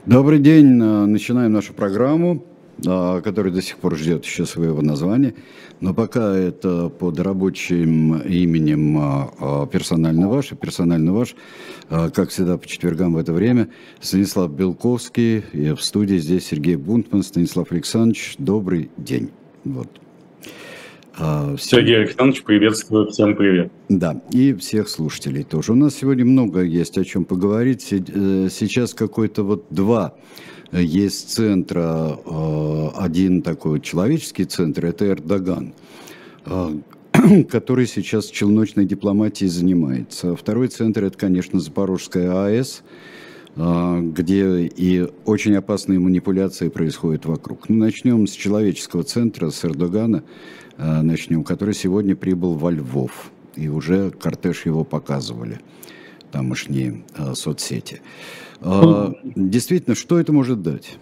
Добрый день. Начинаем нашу программу, которая до сих пор ждет еще своего названия. Но пока это под рабочим именем персонально ваш, как всегда по четвергам в это время, Станислав Белковский, и в студии здесь Сергей Бунтман. Станислав Александрович, добрый день. Вот. Сергей Александрович, приветствую, всем привет. Да, и всех слушателей тоже. У нас сегодня много есть о чем поговорить. Сейчас два есть центра. Один такой человеческий центр, это Эрдоган, который сейчас челночной дипломатией занимается. Второй центр, это, конечно, Запорожская АЭС, где и очень опасные манипуляции происходят вокруг. Начнем с человеческого центра, с Эрдогана, который сегодня прибыл во Львов. И уже кортеж его показывали, тамошние соцсети. Действительно, что это может дать?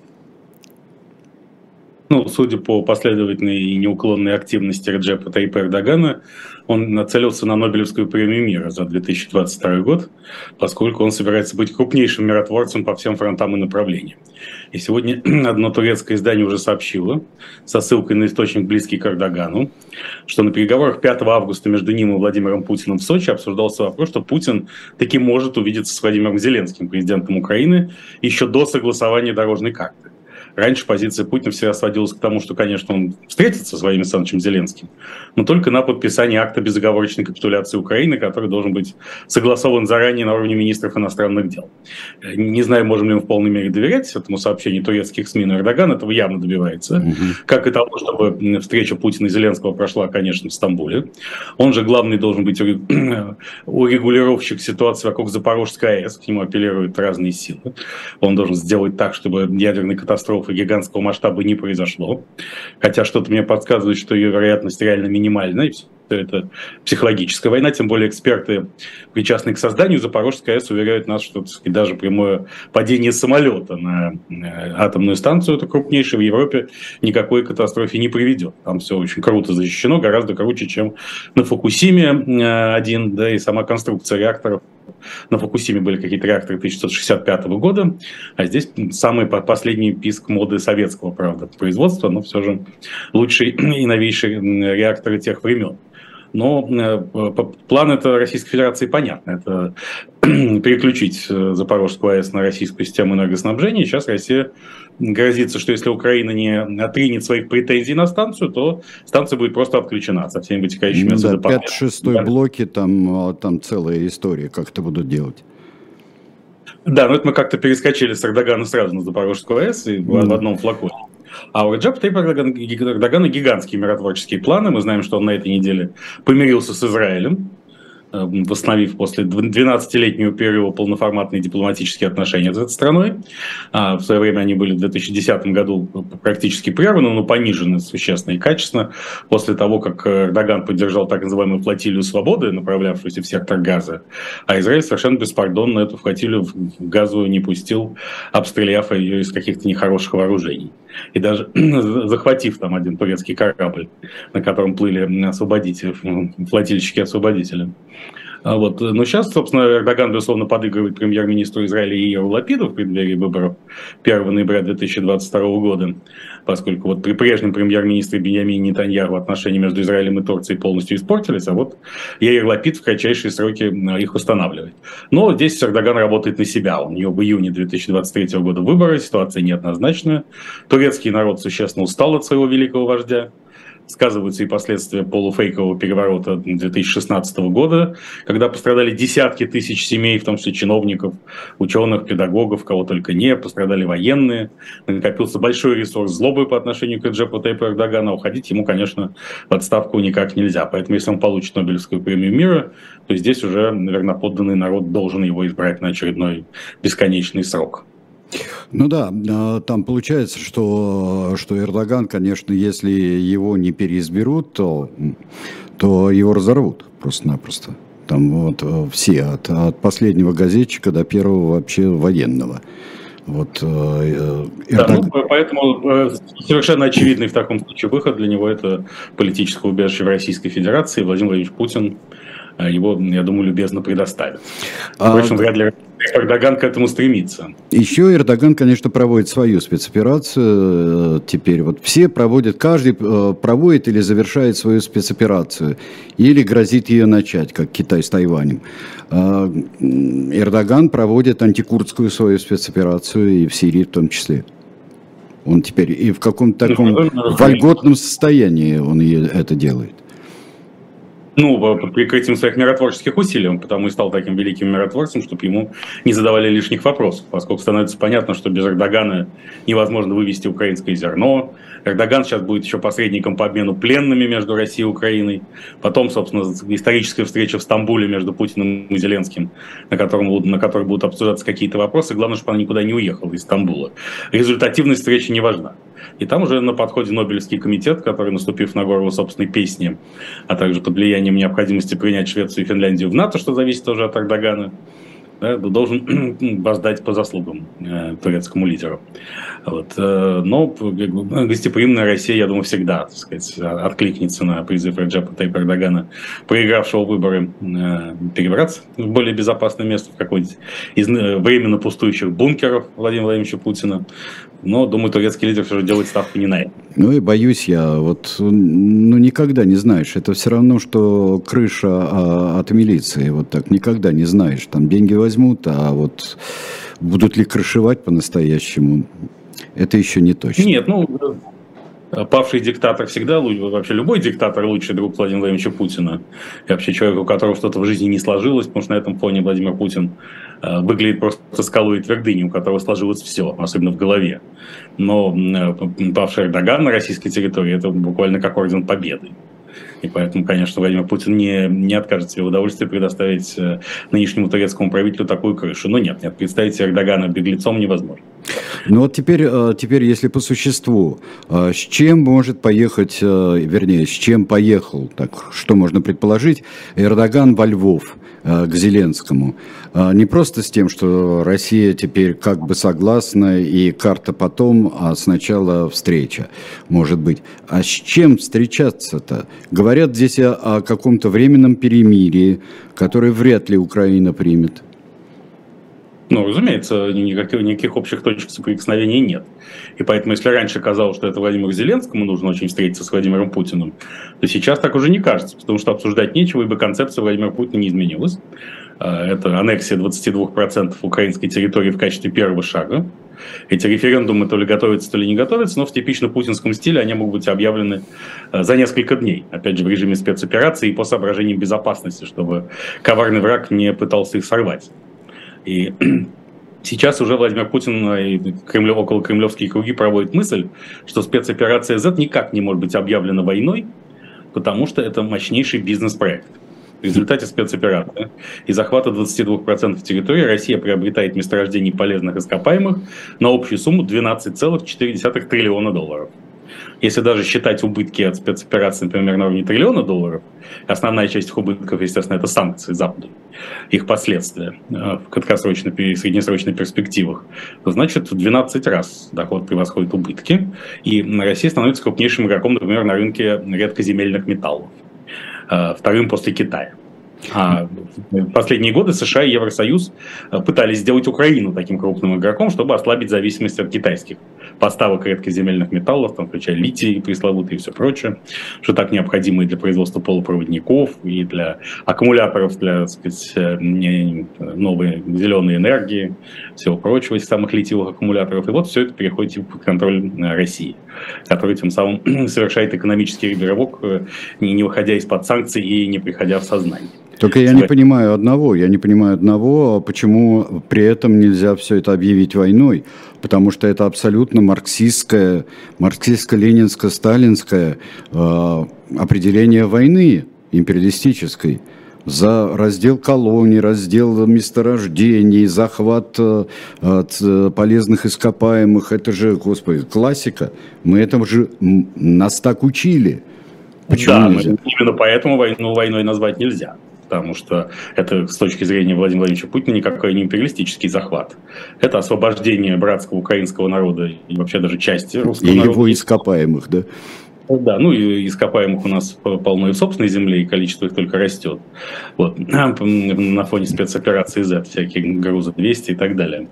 Судя по последовательной и неуклонной активности Реджепа Тайипа Эрдогана, он нацелился на Нобелевскую премию мира за 2022 год, поскольку он собирается быть крупнейшим миротворцем по всем фронтам и направлениям. И сегодня одно турецкое издание уже сообщило, со ссылкой на источник, близкий к Эрдогану, что на переговорах 5 августа между ним и Владимиром Путиным в Сочи обсуждался вопрос, что Путин таки может увидеться с Владимиром Зеленским, президентом Украины, еще до согласования дорожной карты. Раньше позиция Путина всегда сводилась к тому, что, конечно, он встретится с Владимиром Александровичем Зеленским, но только на подписание акта безоговорочной капитуляции Украины, который должен быть согласован заранее на уровне министров иностранных дел. Не знаю, можем ли мы в полной мере доверять этому сообщению турецких СМИ, но Эрдоган этого явно добивается. Как и того, чтобы встреча Путина и Зеленского прошла, конечно, в Стамбуле. Он же главный должен быть урегулировщик ситуации вокруг Запорожской АЭС, к нему апеллируют разные силы. Он должен сделать так, чтобы ядерной катастрофы гигантского масштаба не произошло. Хотя что-то мне подсказывает, что ее вероятность реально минимальна. И все это психологическая война. Тем более эксперты, причастные к созданию Запорожской АЭС, уверяют нас, что даже прямое падение самолета на атомную станцию, это крупнейшее в Европе, никакой катастрофе не приведет. Там все очень круто защищено, гораздо круче, чем на Фукусиме-1, да, и сама конструкция реакторов. На Фукусиме были какие-то реакторы 1965 года, а здесь самый последний писк моды советского, правда, производства, но все же лучшие и новейшие реакторы тех времен. Но план это Российской Федерации понятно. Это переключить Запорожскую АЭС на российскую систему энергоснабжения. Сейчас Россия грозится, что если Украина не отринет своих претензий на станцию, то станция будет просто отключена со всеми вытекающими отсюда последствиями. 5-6 блоки, там целая история, как это будут делать. Да, но это мы как-то перескочили с Эрдогана сразу на Запорожскую АЭС и в одном флаконе. А у Реджепа Тайипа Эрдогана гигантские миротворческие планы. Мы знаем, что он на этой неделе помирился с Израилем, восстановив после 12-летнего периода полноформатные дипломатические отношения с этой страной. В свое время они были в 2010 году практически прерваны, но понижены существенно и качественно после того, как Эрдоган поддержал так называемую флотилию свободы, направлявшуюся в сектор Газа, а Израиль совершенно беспардонно эту флотилию в Газу не пустил, обстреляв ее из каких-то нехороших вооружений. И даже захватив там один турецкий корабль, на котором плыли освободители, флотильщики-освободители. Но сейчас, собственно, Эрдоган, безусловно, подыгрывает премьер-министру Израиля Яиру Лапиду в преддверии выборов 1 ноября 2022 года, поскольку при прежнем премьер-министре Биньямине Нетаньяху отношения между Израилем и Турцией полностью испортились, а Яир Лапид в кратчайшие сроки их устанавливает. Но здесь Эрдоган работает на себя. У него в июне 2023 года выборы, ситуация неоднозначная. Турецкий народ существенно устал от своего великого вождя. Сказываются и последствия полуфейкового переворота 2016 года, когда пострадали десятки тысяч семей, в том числе чиновников, ученых, педагогов, кого только не, пострадали военные, накопился большой ресурс злобы по отношению к Реджепу Тайипу Эрдогану, уходить ему, конечно, в отставку никак нельзя. Поэтому, если он получит Нобелевскую премию мира, то здесь уже верноподданный народ должен его избрать на очередной бесконечный срок. Там получается, что Эрдоган, конечно, если его не переизберут, то его разорвут просто-напросто. Там все, от последнего газетчика до первого вообще военного. Поэтому совершенно очевидный в таком случае выход для него — это политическое убежище в Российской Федерации. Владимир Владимирович Путин его, я думаю, любезно предоставят. Впрочем, вряд ли Эрдоган к этому стремится. Еще Эрдоган, конечно, проводит свою спецоперацию. Теперь вот все проводят, каждый проводит или завершает свою спецоперацию, или грозит ее начать, как Китай с Тайванем. Эрдоган проводит антикурдскую свою спецоперацию, и в Сирии в том числе. Он теперь и в каком-то таком вольготном состоянии он это делает. Ну, под прикрытием своих миротворческих усилий, он потому и стал таким великим миротворцем, чтобы ему не задавали лишних вопросов, поскольку становится понятно, что без Эрдогана невозможно вывести украинское зерно. Эрдоган сейчас будет еще посредником по обмену пленными между Россией и Украиной. Потом, собственно, историческая встреча в Стамбуле между Путиным и Зеленским, на которой будут обсуждаться какие-то вопросы. Главное, чтобы она никуда не уехала из Стамбула. Результативность встречи не важна. И там уже на подходе Нобелевский комитет, который, наступив на горло собственной песни, а также под влиянием необходимости принять Швецию и Финляндию в НАТО, что зависит тоже от Эрдогана, да, должен воздать по заслугам турецкому лидеру. Вот. Но гостеприимная Россия, я думаю, всегда, так сказать, откликнется на призыв Реджепа Тайипа Эрдогана, проигравшего выборы, перебраться в более безопасное место, в какой-нибудь из временно пустующих бункеров Владимира Владимировича Путина. Но, думаю, турецкий лидер все же делает ставку не на это. Ну и боюсь я, никогда не знаешь. Это все равно, что крыша от милиции. Вот так никогда не знаешь. Там деньги возьмут, а вот будут ли крышевать по-настоящему, это еще не точно. Нет, павший диктатор всегда лучше, вообще любой диктатор лучший друг Владимира Владимировича Путина. И вообще человек, у которого что-то в жизни не сложилось, потому что на этом фоне Владимир Путин выглядит просто скалой и твердыней, у которого сложилось все, особенно в голове. Но павший Эрдоган на российской территории – это буквально как орден победы. И поэтому, конечно, Владимир Путин не откажет себе в удовольствии предоставить нынешнему турецкому правителю такую крышу. Но нет, представить Эрдогана беглецом невозможно. Ну вот теперь, если по существу, с чем может поехать, с чем поехал, так, что можно предположить, Эрдоган во Львов к Зеленскому? Не просто с тем, что Россия теперь как бы согласна и карта потом, а сначала встреча, может быть. А с чем встречаться-то? Говорят здесь о каком-то временном перемирии, которое вряд ли Украина примет. Ну, разумеется, никаких общих точек соприкосновения нет. И поэтому, если раньше казалось, что это Владимиру Зеленскому нужно очень встретиться с Владимиром Путиным, то сейчас так уже не кажется, потому что обсуждать нечего, ибо концепция Владимира Путина не изменилась. Это аннексия 22% украинской территории в качестве первого шага. Эти референдумы то ли готовятся, то ли не готовятся, но в типично путинском стиле они могут быть объявлены за несколько дней. Опять же, в режиме спецоперации и по соображениям безопасности, чтобы коварный враг не пытался их сорвать. И сейчас уже Владимир Путин и около кремлевские круги проводят мысль, что спецоперация Z никак не может быть объявлена войной, потому что это мощнейший бизнес-проект. В результате спецоперации и захвата 22% территории Россия приобретает месторождений полезных ископаемых на общую сумму $12,4 триллиона. Если даже считать убытки от спецоперации, например, на уровне $1 триллиона, основная часть их убытков, естественно, это санкции Запада, их последствия в краткосрочной и среднесрочной перспективах, то значит в 12 раз доход превосходит убытки, и Россия становится крупнейшим игроком, например, на рынке редкоземельных металлов, вторым после Китая. А в последние годы США и Евросоюз пытались сделать Украину таким крупным игроком, чтобы ослабить зависимость от китайских поставок редкоземельных металлов, там, включая литий пресловутый и все прочее, что так необходимо и для производства полупроводников, и для аккумуляторов, для, так сказать, новой зеленой энергии, всего прочего, этих самых литиевых аккумуляторов. И вот все это переходит под контроль России, который тем самым совершает экономический рывок, не выходя из-под санкций и не приходя в сознание. Только я не понимаю одного, почему при этом нельзя все это объявить войной, потому что это абсолютно марксистское, марксистско-ленинско-сталинское определение войны империалистической. За раздел колоний, раздел месторождений, захват полезных ископаемых, это же, господи, классика. Мы этому же, нас так учили. Почему нельзя? Именно поэтому войну войной назвать нельзя. Потому что это, с точки зрения Владимира Владимировича Путина, никакой не империалистический захват. Это освобождение братского украинского народа и вообще даже части русского народа. И его ископаемых, да? Да, ну и ископаемых у нас полно и в собственной земле, и количество их только растет. Вот. На фоне спецоперации Z, всякие грузы 200 и так далее.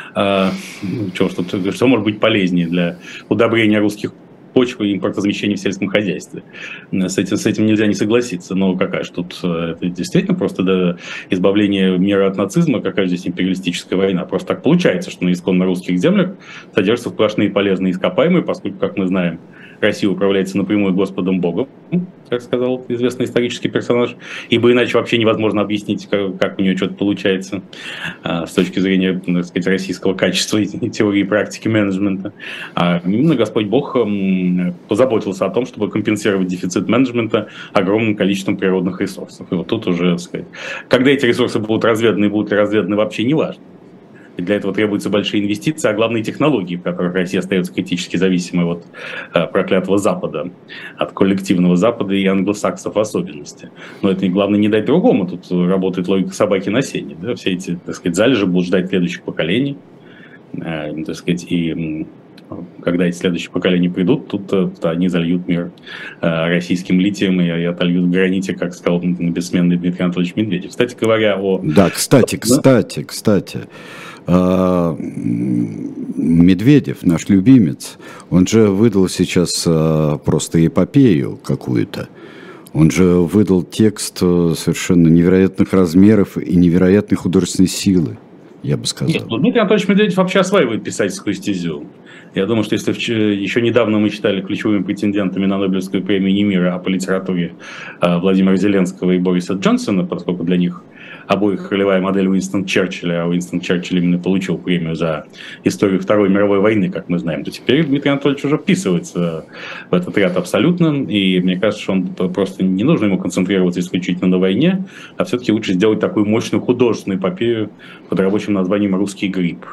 Что может быть полезнее для удобрения русских почв и импортозамещения в сельском хозяйстве? С этим нельзя не согласиться. Но какая же тут, это действительно просто избавление мира от нацизма, какая здесь империалистическая война? Просто так получается, что на исконно русских землях содержатся сплошные полезные ископаемые, поскольку, как мы знаем, Россия управляется напрямую Господом Богом, как сказал известный исторический персонаж, ибо иначе вообще невозможно объяснить, как у нее что-то получается с точки зрения, так сказать, российского качества и теории и практики менеджмента. А именно Господь Бог позаботился о том, чтобы компенсировать дефицит менеджмента огромным количеством природных ресурсов. И вот тут уже, так сказать, когда эти ресурсы будут разведаны и будут ли разведаны, вообще не важно. И для этого требуются большие инвестиции, а главные технологии, в которых Россия остается критически зависимой от проклятого Запада, от коллективного Запада и англосаксов в особенности. Но это главное не дать другому. Тут работает логика собаки на сене. Да? Все эти, так сказать, залежи будут ждать следующих поколений. Так сказать, и когда эти следующие поколения придут, тут они зальют мир российским литием и отольют в граните, как сказал бессменный Дмитрий Анатольевич Медведев. Кстати говоря, Да, кстати. Медведев, наш любимец, он же выдал сейчас просто эпопею какую-то. Он же выдал текст совершенно невероятных размеров и невероятной художественной силы, я бы сказал. Нет, Дмитрий Анатольевич Медведев вообще осваивает писательскую стезю. Я думаю, что если еще недавно мы считали ключевыми претендентами на Нобелевскую премию не мира, а по литературе Владимира Зеленского и Бориса Джонсона, поскольку для них обоих ролевая модель Уинстон Черчилля, а Уинстон Черчилль именно получил премию за историю Второй мировой войны, как мы знаем, то теперь Дмитрий Анатольевич уже вписывается в этот ряд абсолютно, и мне кажется, что он просто не нужно ему концентрироваться исключительно на войне, а все-таки лучше сделать такую мощную художественную эпопею под рабочим названием «Русский грипп»,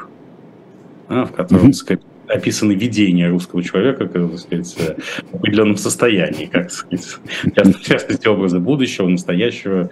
в котором, так сказать, описаны видения русского человека, так сказать, в определенном состоянии, как сказать, в частности, образы будущего, настоящего,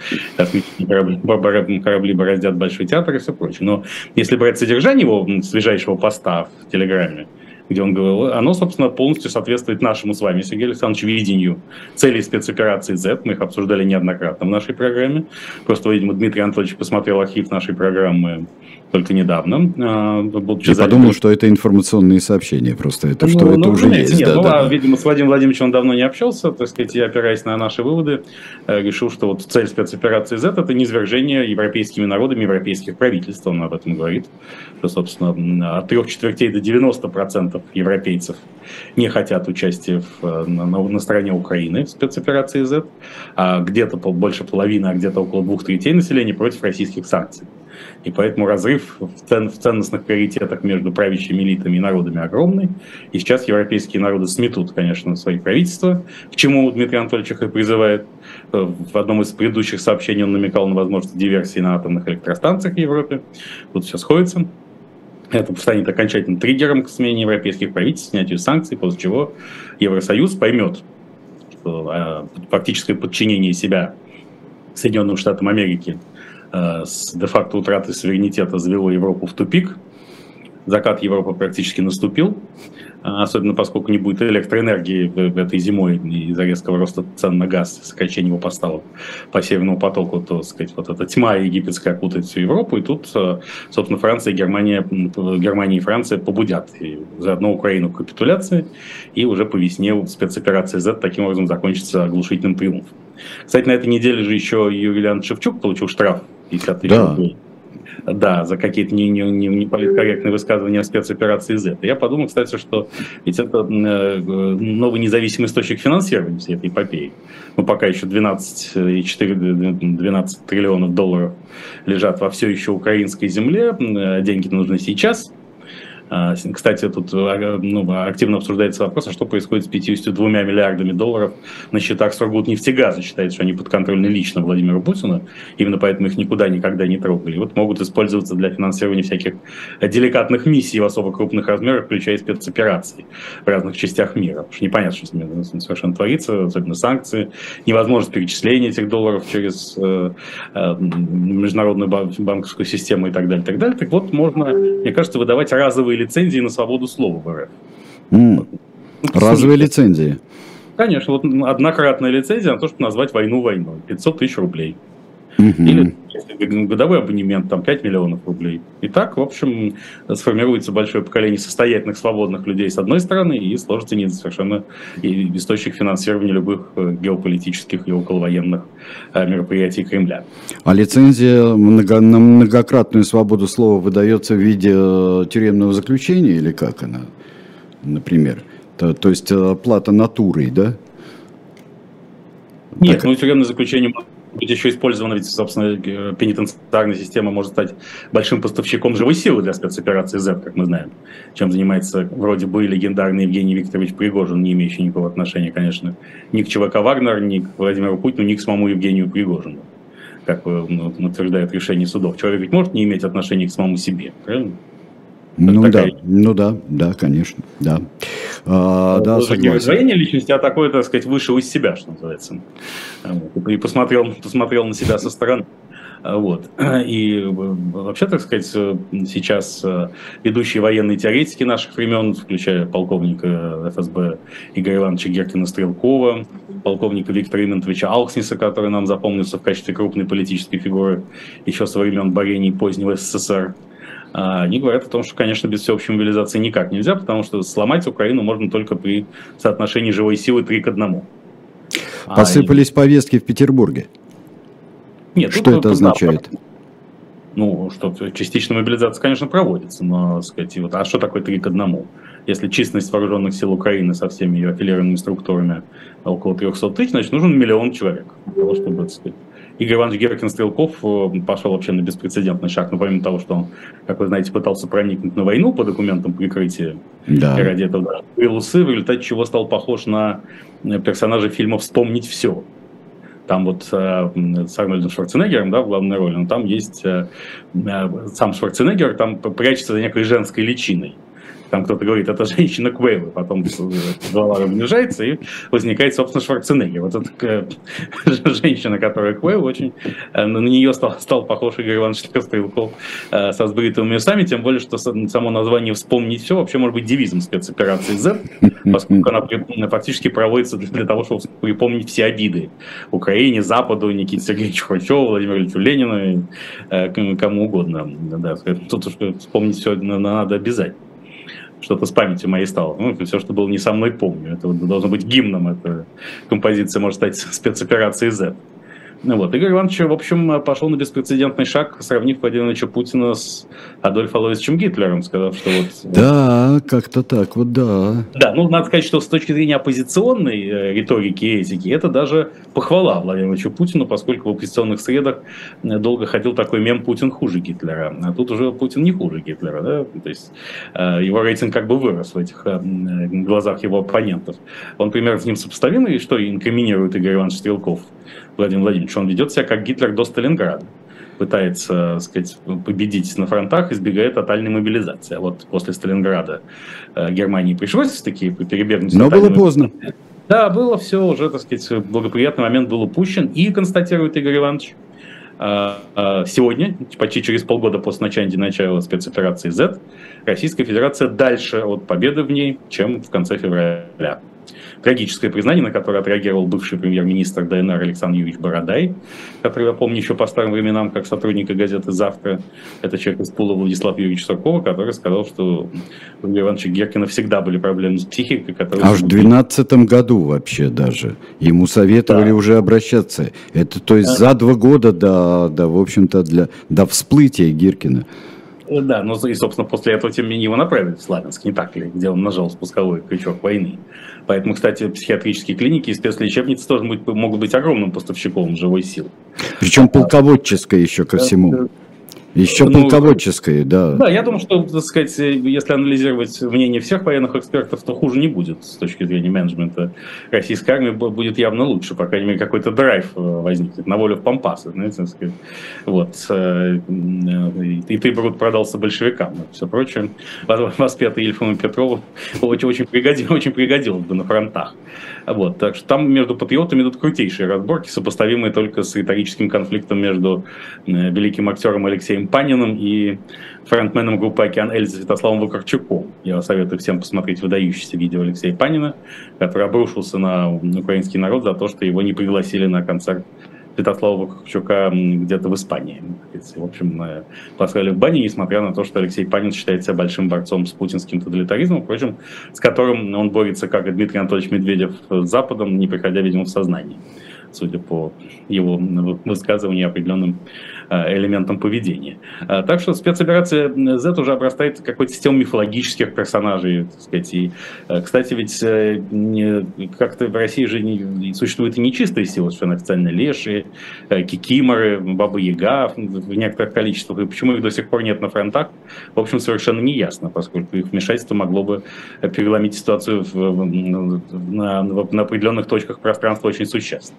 космические корабли бороздят Большой театр и все прочее. Но если брать содержание его свежайшего поста в Телеграме, где он говорил, оно, собственно, полностью соответствует нашему с вами, Сергей Александрович, видению целей спецоперации Z. Мы их обсуждали неоднократно в нашей программе. Просто, видимо, Дмитрий Анатольевич посмотрел архив нашей программы только недавно. Я подумал, что это информационные сообщения, просто это уже есть. Нет, видимо, с Владимиром Владимировичем он давно не общался, так сказать, я, опираясь на наши выводы, решил, что вот цель спецоперации Z – это низвержение европейскими народами европейских правительств, он об этом говорит, что, собственно, от 3/4 до 90% европейцев не хотят участия на стороне Украины в спецоперации Z, а где-то больше половины, а где-то около 2/3 населения против российских санкций. И поэтому разрыв в ценностных приоритетах между правящими элитами и народами огромный. И сейчас европейские народы сметут, конечно, свои правительства, к чему Дмитрий Анатольевич их и призывает. В одном из предыдущих сообщений он намекал на возможность диверсии на атомных электростанциях в Европе. Тут все сходится. Это станет окончательным триггером к смене европейских правительств, снятию санкций, после чего Евросоюз поймет, что фактическое подчинение себя Соединенным Штатам Америки с де-факто утратой суверенитета завело Европу в тупик. Закат Европы практически наступил, особенно поскольку не будет электроэнергии этой зимой из-за резкого роста цен на газ, сокращения его поставок по Северному потоку, то, сказать, вот эта тьма египетская окутает всю Европу, и тут, собственно, Франция и Германия и Франция побудят и заодно Украину к капитуляции, и уже по весне спецоперация Z таким образом закончится оглушительным триумфом. Кстати, на этой неделе же еще Юрий Леонидович Шевчук получил штраф 50 тысяч рублей. Да, за какие-то не политкорректные высказывания о спецоперации Z. Я подумал, кстати, что ведь это новый независимый источник финансирования всей этой эпопеи. Ну, пока еще 12 триллионов долларов лежат во все еще украинской земле, деньги нужны сейчас. Кстати, тут активно обсуждается вопрос, а что происходит с 52 миллиардами долларов на счетах Сургутнефтегаза. Считается, что они подконтрольны лично Владимиру Путину, именно поэтому их никуда никогда не трогали. Вот могут использоваться для финансирования всяких деликатных миссий в особо крупных размерах, включая спецоперации в разных частях мира. Потому что непонятно, что с ними совершенно творится, особенно санкции, невозможность перечисления этих долларов через международную банковскую систему и так далее, так далее. Так вот, можно, мне кажется, выдавать разовые лицензии на свободу слова в РФ. Разовые лицензии. Конечно, вот однократная лицензия на то, чтобы назвать войну войной. 500 тысяч рублей. Мгм. Или если годовой абонемент, там 5 миллионов рублей. И так, в общем, сформируется большое поколение состоятельных, свободных людей с одной стороны, и сложится совершенно источник финансирования любых геополитических и околовоенных мероприятий Кремля. А лицензия на многократную свободу слова выдается в виде тюремного заключения или как она, например? То есть плата натурой, да? Нет, Так. ну тюремное заключение может быть еще использовано, ведь, собственно, пенитенциарная система может стать большим поставщиком живой силы для спецоперации Z, как мы знаем, чем занимается вроде бы легендарный Евгений Викторович Пригожин, не имеющий никакого отношения, конечно, ни к ЧВК «Вагнер», ни к Владимиру Путину, ни к самому Евгению Пригожину, как утверждает решение судов. Человек ведь может не иметь отношения к самому себе, правильно? Ну такая... да, конечно, да. Да, согласен. Раздвоение личности, а такое, так сказать, вышел из себя, что называется. И посмотрел на себя со стороны. Вот. И вообще, так сказать, сейчас ведущие военные теоретики наших времен, включая полковника ФСБ Игоря Ивановича Геркина-Стрелкова, полковника Виктора Имонтовича Алкснеса, который нам запомнился в качестве крупной политической фигуры еще со времен борений позднего СССР, они говорят о том, что, конечно, без всеобщей мобилизации никак нельзя, потому что сломать Украину можно только при соотношении живой силы 3:1. Посыпались повестки в Петербурге. Нет, что это означает? Ну, что частичная мобилизация, конечно, проводится, но, сказать, вот, а что такое 3:1? Если численность вооруженных сил Украины со всеми ее аффилированными структурами около 300 тысяч, значит, нужен 1 миллион человек для того, чтобы, так сказать. Игорь Иванович Геркин-Стрелков пошел вообще на беспрецедентный шаг, но помимо того, что он, как вы знаете, пытался проникнуть на войну по документам прикрытия, да. И ради этого даже был усы, в результате чего стал похож на персонажа фильма «Вспомнить все». Там вот с Арнольдом Шварценеггером, да, в главной роли, но там есть сам Шварценеггер, там прячется за некой женской личиной. Там кто-то говорит, это женщина Квейлы, потом голова обнижается, и возникает, собственно, Шварценеггер. Вот эта женщина, которая Квейл, очень на нее стал похож Игорь Иванович Стрелков со сбритыми усами, тем более, что само название «Вспомнить все» вообще может быть девизом спецоперации Z, поскольку она фактически проводится для того, чтобы припомнить все обиды Украине, Западу, Никите Сергеевичу Хрущеву, Владимиру Ильичу Ленину, кому угодно. Да, тут уж вспомнить все надо обязательно. Что-то с памятью моей стало. Ну, все, что было не со мной, помню. Это должно быть гимном. Эта композиция может стать спецоперацией Z. Ну вот, Игорь Иванович, в общем, пошел на беспрецедентный шаг, сравнив Владимира Ильича Путина с Адольфом Алоисовичем Гитлером, сказав, что вот... Да, как-то так, вот да. Да, ну, надо сказать, что с точки зрения оппозиционной риторики и этики, это даже похвала Владимиру Ильичу Путину, поскольку в оппозиционных средах долго ходил такой мем «Путин хуже Гитлера», а тут уже Путин не хуже Гитлера, да, то есть его рейтинг как бы вырос в этих глазах его оппонентов. Он примерно с ним сопоставим, и что инкриминирует Игорь Иванович Стрелков Владимир Владимирович, он ведет себя как Гитлер до Сталинграда. Пытается, сказать, победить на фронтах, избегая тотальной мобилизации. А вот после Сталинграда Германии пришлось таки перебегнуть. Но было поздно. Да, было все уже, так сказать, благоприятный момент был упущен. И, констатирует Игорь Иванович, сегодня, почти через полгода после начала спецоперации Z, Российская Федерация дальше от победы в ней, чем в конце февраля. Трагическое признание, на которое отреагировал бывший премьер-министр ДНР Александр Юрьевич Бородай, который, я помню, еще по старым временам, как сотрудника газеты «Завтра», это человек из пула Владислав Юрьевич Суркова, который сказал, что у Игоря Ивановича Геркина всегда были проблемы с психикой. Аж в 2012 году вообще даже. Ему советовали уже обращаться. Это, то есть, за 2 года до в общем-то, до всплытия Геркина. Да, ну и, собственно, после этого, тем не менее, его направили в Славянск, не так ли, где он нажал спусковой крючок войны. Поэтому, кстати, психиатрические клиники и спецлечебницы тоже могут быть огромным поставщиком живой силы. Причем полководческой еще ко всему. Еще полководческой, да. Да, я думаю, что, так сказать, если анализировать мнение всех военных экспертов, то хуже не будет с точки зрения менеджмента российской армии, будет явно лучше, по крайней мере, какой-то драйв возникнет, на волю в пампасы, знаете, так сказать. Вот. И Трибрут продался большевикам, и все прочее. Воспетый Ильфом и Петровым очень пригодилось бы на фронтах. Вот. Так что там между патриотами идут крутейшие разборки, сопоставимые только с риторическим конфликтом между великим актером Алексеем Паниным и фронтменом группы «Океан Эльзы» Святославом Вакарчуком. Я советую всем посмотреть выдающееся видео Алексея Панина, который обрушился на украинский народ за то, что его не пригласили на концерт Святослава Вакарчука где-то в Испании. В общем, послали в баню, несмотря на то, что Алексей Панин считает себя большим борцом с путинским тоталитаризмом, впрочем, с которым он борется, как и Дмитрий Анатольевич Медведев, с Западом, не приходя, видимо, в сознание, судя по его высказыванию определенным элементам поведения. Так что спецоперация Z уже обрастает какой-то системой мифологических персонажей, так сказать. И, кстати, ведь как-то в России же существует и нечистые силы, совершенно официально леши, кикиморы, баба-яга в некоторых количествах. И почему их до сих пор нет на фронтах, в общем, совершенно не ясно, поскольку их вмешательство могло бы переломить ситуацию на определенных точках пространства очень существенно.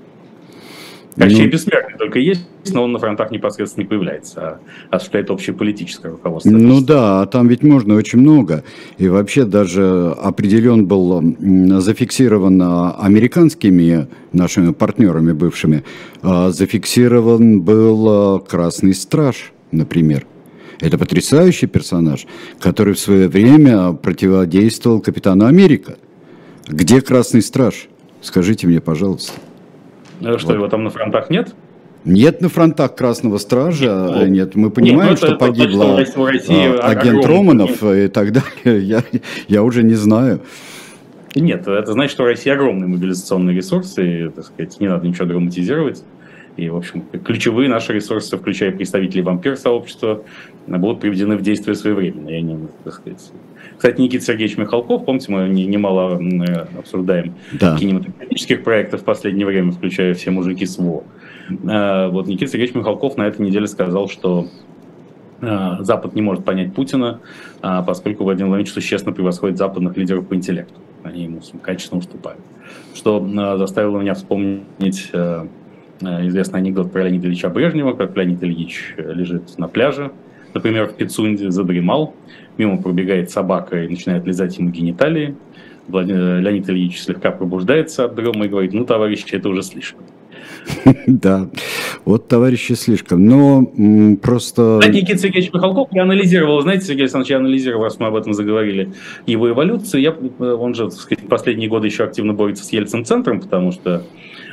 Кощей бессмертный только есть, но он на фронтах непосредственно не появляется, а осуществляет общее политическое руководство. Ну да, там ведь можно очень много. И вообще даже определен был, зафиксирован американскими нашими партнерами бывшими, зафиксирован был Красный Страж, например. Это потрясающий персонаж, который в свое время противодействовал Капитану Америка. Где Красный Страж? Скажите мне, пожалуйста. Что, вот. Его там на фронтах нет? Нет на фронтах Красного Стража, нет. Мы понимаем, что погибла агент Романов и так далее. Я уже не знаю. Нет, это значит, что у России огромный мобилизационный ресурс, и, так сказать, не надо ничего драматизировать. И, в общем, ключевые наши ресурсы, включая представителей вампир-сообщества, будут приведены в действие своевременно. Я не, так сказать. Кстати, Никита Сергеевич Михалков, помните, мы немало обсуждаем кинематографических проектов в последнее время, включая «Все мужики СВО». Вот Никита Сергеевич Михалков на этой неделе сказал, что Запад не может понять Путина, поскольку Владимир Владимирович существенно превосходит западных лидеров по интеллекту. Они ему качественно уступают. Что заставило меня вспомнить известный анекдот про Леонида Ильича Брежнева, как Леонид Ильич лежит на пляже, например, в Пицунде, задремал, мимо пробегает собака и начинает лизать ему гениталии. Леонид Ильич слегка пробуждается от дремы и говорит: ну, товарищи, это уже слишком. Да, вот, товарищи, слишком. Но просто... Никита Сергеевич Михалков, я анализировал, знаете, Сергей Александрович, я анализировал, раз мы об этом заговорили, его эволюцию. Он же, так сказать, последние годы еще активно борется с Ельцин-центром, потому что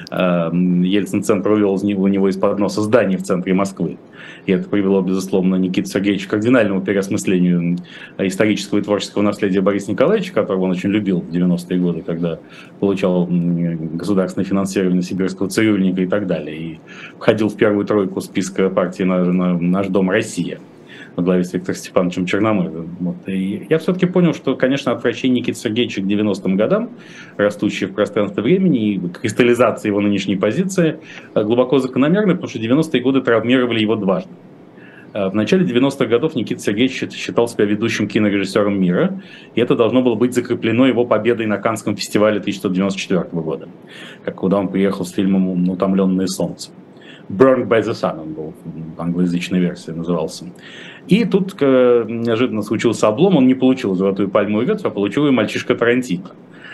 Ельцин-центр увел у него из-под носа здание в центре Москвы. И это привело, безусловно, Никиту Сергеевича к кардинальному переосмыслению исторического и творческого наследия Бориса Николаевича, которого он очень любил в 90-е годы, когда получал государственное финансирование сибирского цирюльника и так далее. И входил в первую тройку списка партии «Наш дом Россия» во главе с Виктором Степановичем Черномырдиным. Вот. И я все-таки понял, что, конечно, отвращение Никиты Сергеевича к 90-м годам, растущее в пространстве времени, и кристаллизация его нынешней позиции, глубоко закономерны, потому что 90-е годы травмировали его дважды. В начале 90-х годов Никита Сергеевич считал себя ведущим кинорежиссером мира, и это должно было быть закреплено его победой на Каннском фестивале 1994 года, куда он приехал с фильмом «Утомленное солнце». Burned by the Sun он был, англоязычная версия назывался. И тут неожиданно случился облом, он не получил «Золотую пальмовую ветвь», а получил и «Мальчишка Тарантино»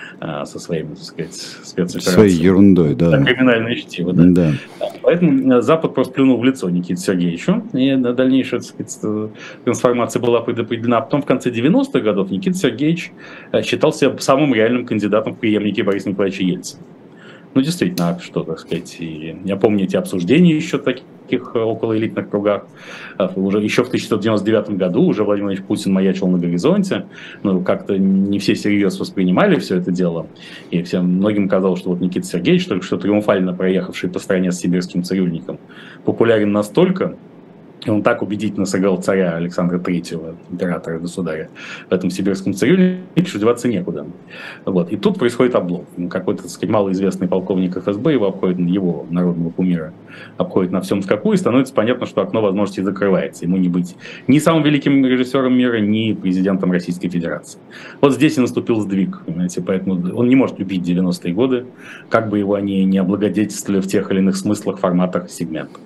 со своими, так сказать, спецоперациями. Своей ерундой, да. Криминальное чтиво, да. Да. Поэтому Запад просто плюнул в лицо Никите Сергеевичу, и дальнейшая, так сказать, трансформация была предопределена. А потом в конце 90-х годов Никита Сергеевич считал себя самым реальным кандидатом в преемники Бориса Николаевича Ельцина. Ну, действительно, что, так сказать, и я помню эти обсуждения еще таких околоэлитных кругах. Уже еще в 1999 году уже Владимир Владимирович Путин маячил на горизонте, но как-то не все всерьез воспринимали все это дело. И многим казалось, что вот Никита Сергеевич, только что триумфально проехавший по стране с сибирским цирюльником, популярен настолько, и он так убедительно сыграл царя Александра III, императора, государя, в этом сибирском цирюльнике, что деваться некуда. Вот. И тут происходит облом. Какой-то, так сказать, малоизвестный полковник ФСБ его обходит, его народного кумира, обходит на всем скаку, и становится понятно, что окно возможностей закрывается. Ему не быть ни самым великим режиссером мира, ни президентом Российской Федерации. Вот здесь и наступил сдвиг. Понимаете? Поэтому он не может любить 90-е годы, как бы его они не облагодетельствовали в тех или иных смыслах, форматах, сегментах.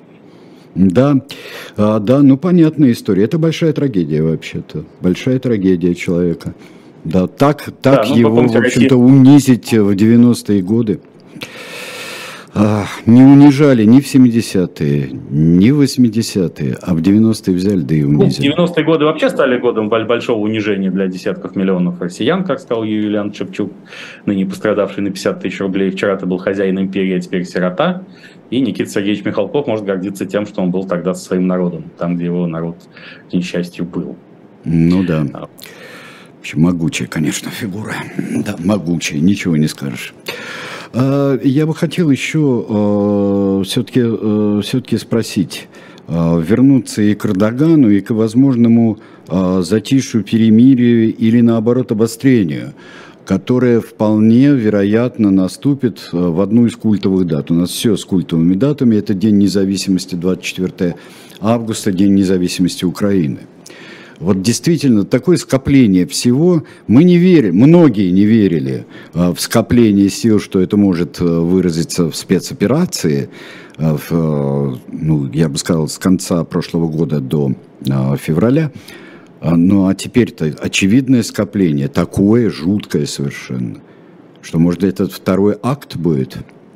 Да, ну понятная история. Это большая трагедия вообще-то. Большая трагедия человека. Да, так его, в общем-то, унизить в 90-е годы. Не унижали ни в 70-е, ни в 80-е, а в 90-е взяли, да и унизили. 90-е годы вообще стали годом большого унижения для десятков миллионов россиян, как сказал Юлиан Шевчук, ныне пострадавший на 50 тысяч рублей. Вчера ты был хозяин империи, а теперь сирота. И Никита Сергеевич Михалков может гордиться тем, что он был тогда со своим народом, там, где его народ, к несчастью, был. Ну да. В общем, могучая, конечно, фигура. Да, могучая, ничего не скажешь. Я бы хотел еще все-таки спросить, вернуться и к Эрдогану, и к возможному затишью, перемирию или, наоборот, обострению, которое вполне вероятно наступит в одну из культовых дат. У нас все с культовыми датами. Это День независимости, 24 августа, День независимости Украины. Вот действительно, такое скопление всего, мы не верим, многие не верили в скопление сил, что это может выразиться в спецоперации, я бы сказал, с конца прошлого года до февраля. Ну а теперь-то очевидное скопление, такое жуткое совершенно, что, может, этот второй акт будет?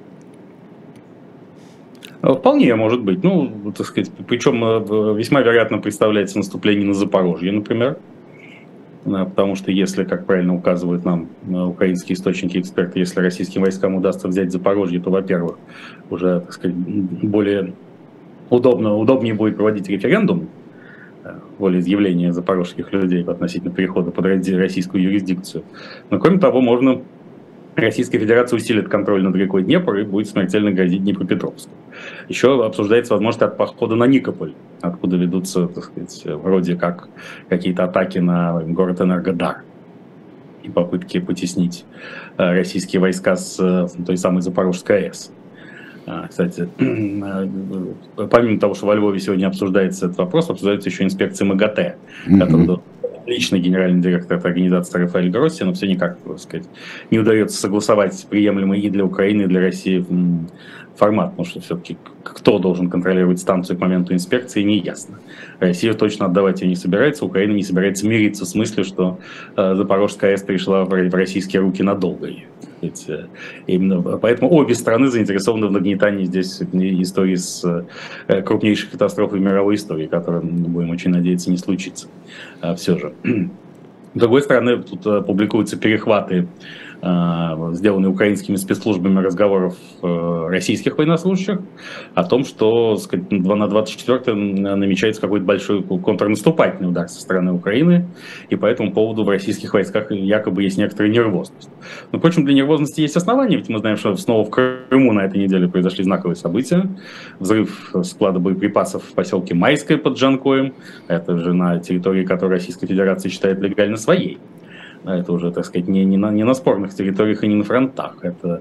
Вполне может быть. Ну, так сказать, причем весьма вероятно представляется наступление на Запорожье, например. Потому что если, как правильно указывают нам украинские источники, эксперты, если российским войскам удастся взять Запорожье, то, во-первых, уже, так сказать, более удобнее будет проводить референдум, волеизъявление запорожских людей относительно перехода под российскую юрисдикцию. Но, кроме того, Российская Федерация усилит контроль над рекой Днепр и будет смертельно грозить Днепропетровску. Еще обсуждается возможность от похода на Никополь, откуда ведутся, так сказать, вроде как какие-то атаки на город Энергодар и попытки потеснить российские войска с той самой Запорожской АЭС. Кстати, помимо того, что во Львове сегодня обсуждается этот вопрос, обсуждается еще инспекция МАГАТЭ, который лично генеральный директор этой организации Рафаэль Гросси, но все никак, так сказать, не удается согласовать приемлемый и для Украины, и для России формат, потому что все-таки кто должен контролировать станцию к моменту инспекции, не ясно. Россия точно отдавать ее не собирается, Украина не собирается мириться с мыслью, что Запорожская АЭС перешла в российские руки надолго. Именно поэтому обе страны заинтересованы в нагнетании здесь истории с крупнейшей катастрофой мировой истории, которая, будем очень надеяться, не случится. Все же. С другой стороны, тут публикуются перехваты, сделанные украинскими спецслужбами, разговоров российских военнослужащих о том, что, сказать, на 24-е намечается какой-то большой контрнаступательный удар со стороны Украины, и по этому поводу в российских войсках якобы есть некоторая нервозность. Но, впрочем, для нервозности есть основания, ведь мы знаем, что снова в Крыму на этой неделе произошли знаковые события. Взрыв склада боеприпасов в поселке Майское под Джанкоем, это же на территории, которую Российская Федерация считает легально своей. Это уже, так сказать, не на спорных территориях и не на фронтах. Это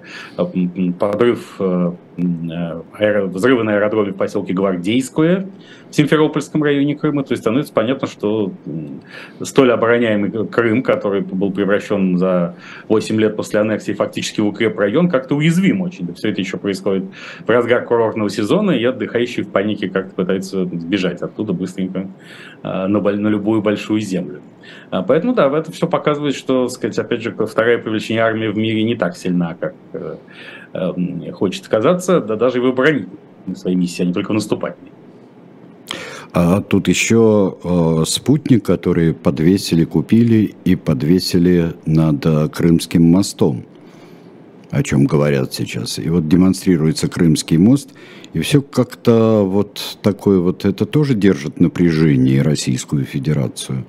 взрывы на аэродроме в поселке Гвардейское в Симферопольском районе Крыма. То есть становится понятно, что столь обороняемый Крым, который был превращен за 8 лет после аннексии фактически в укрепрайон, как-то уязвим очень. Все это еще происходит в разгар курортного сезона, и отдыхающие в панике как-то пытаются сбежать оттуда быстренько на любую большую землю. Поэтому, да, это все показывает, что, сказать, опять же, вторая по величине армия в мире не так сильна, как хочет казаться, да даже и в оборонительной своей миссии, а не только в наступательной. А тут еще спутник, который купили и подвесили над Крымским мостом, о чем говорят сейчас. И вот демонстрируется Крымский мост, и все как-то вот такое вот, это тоже держит напряжение Российскую Федерацию.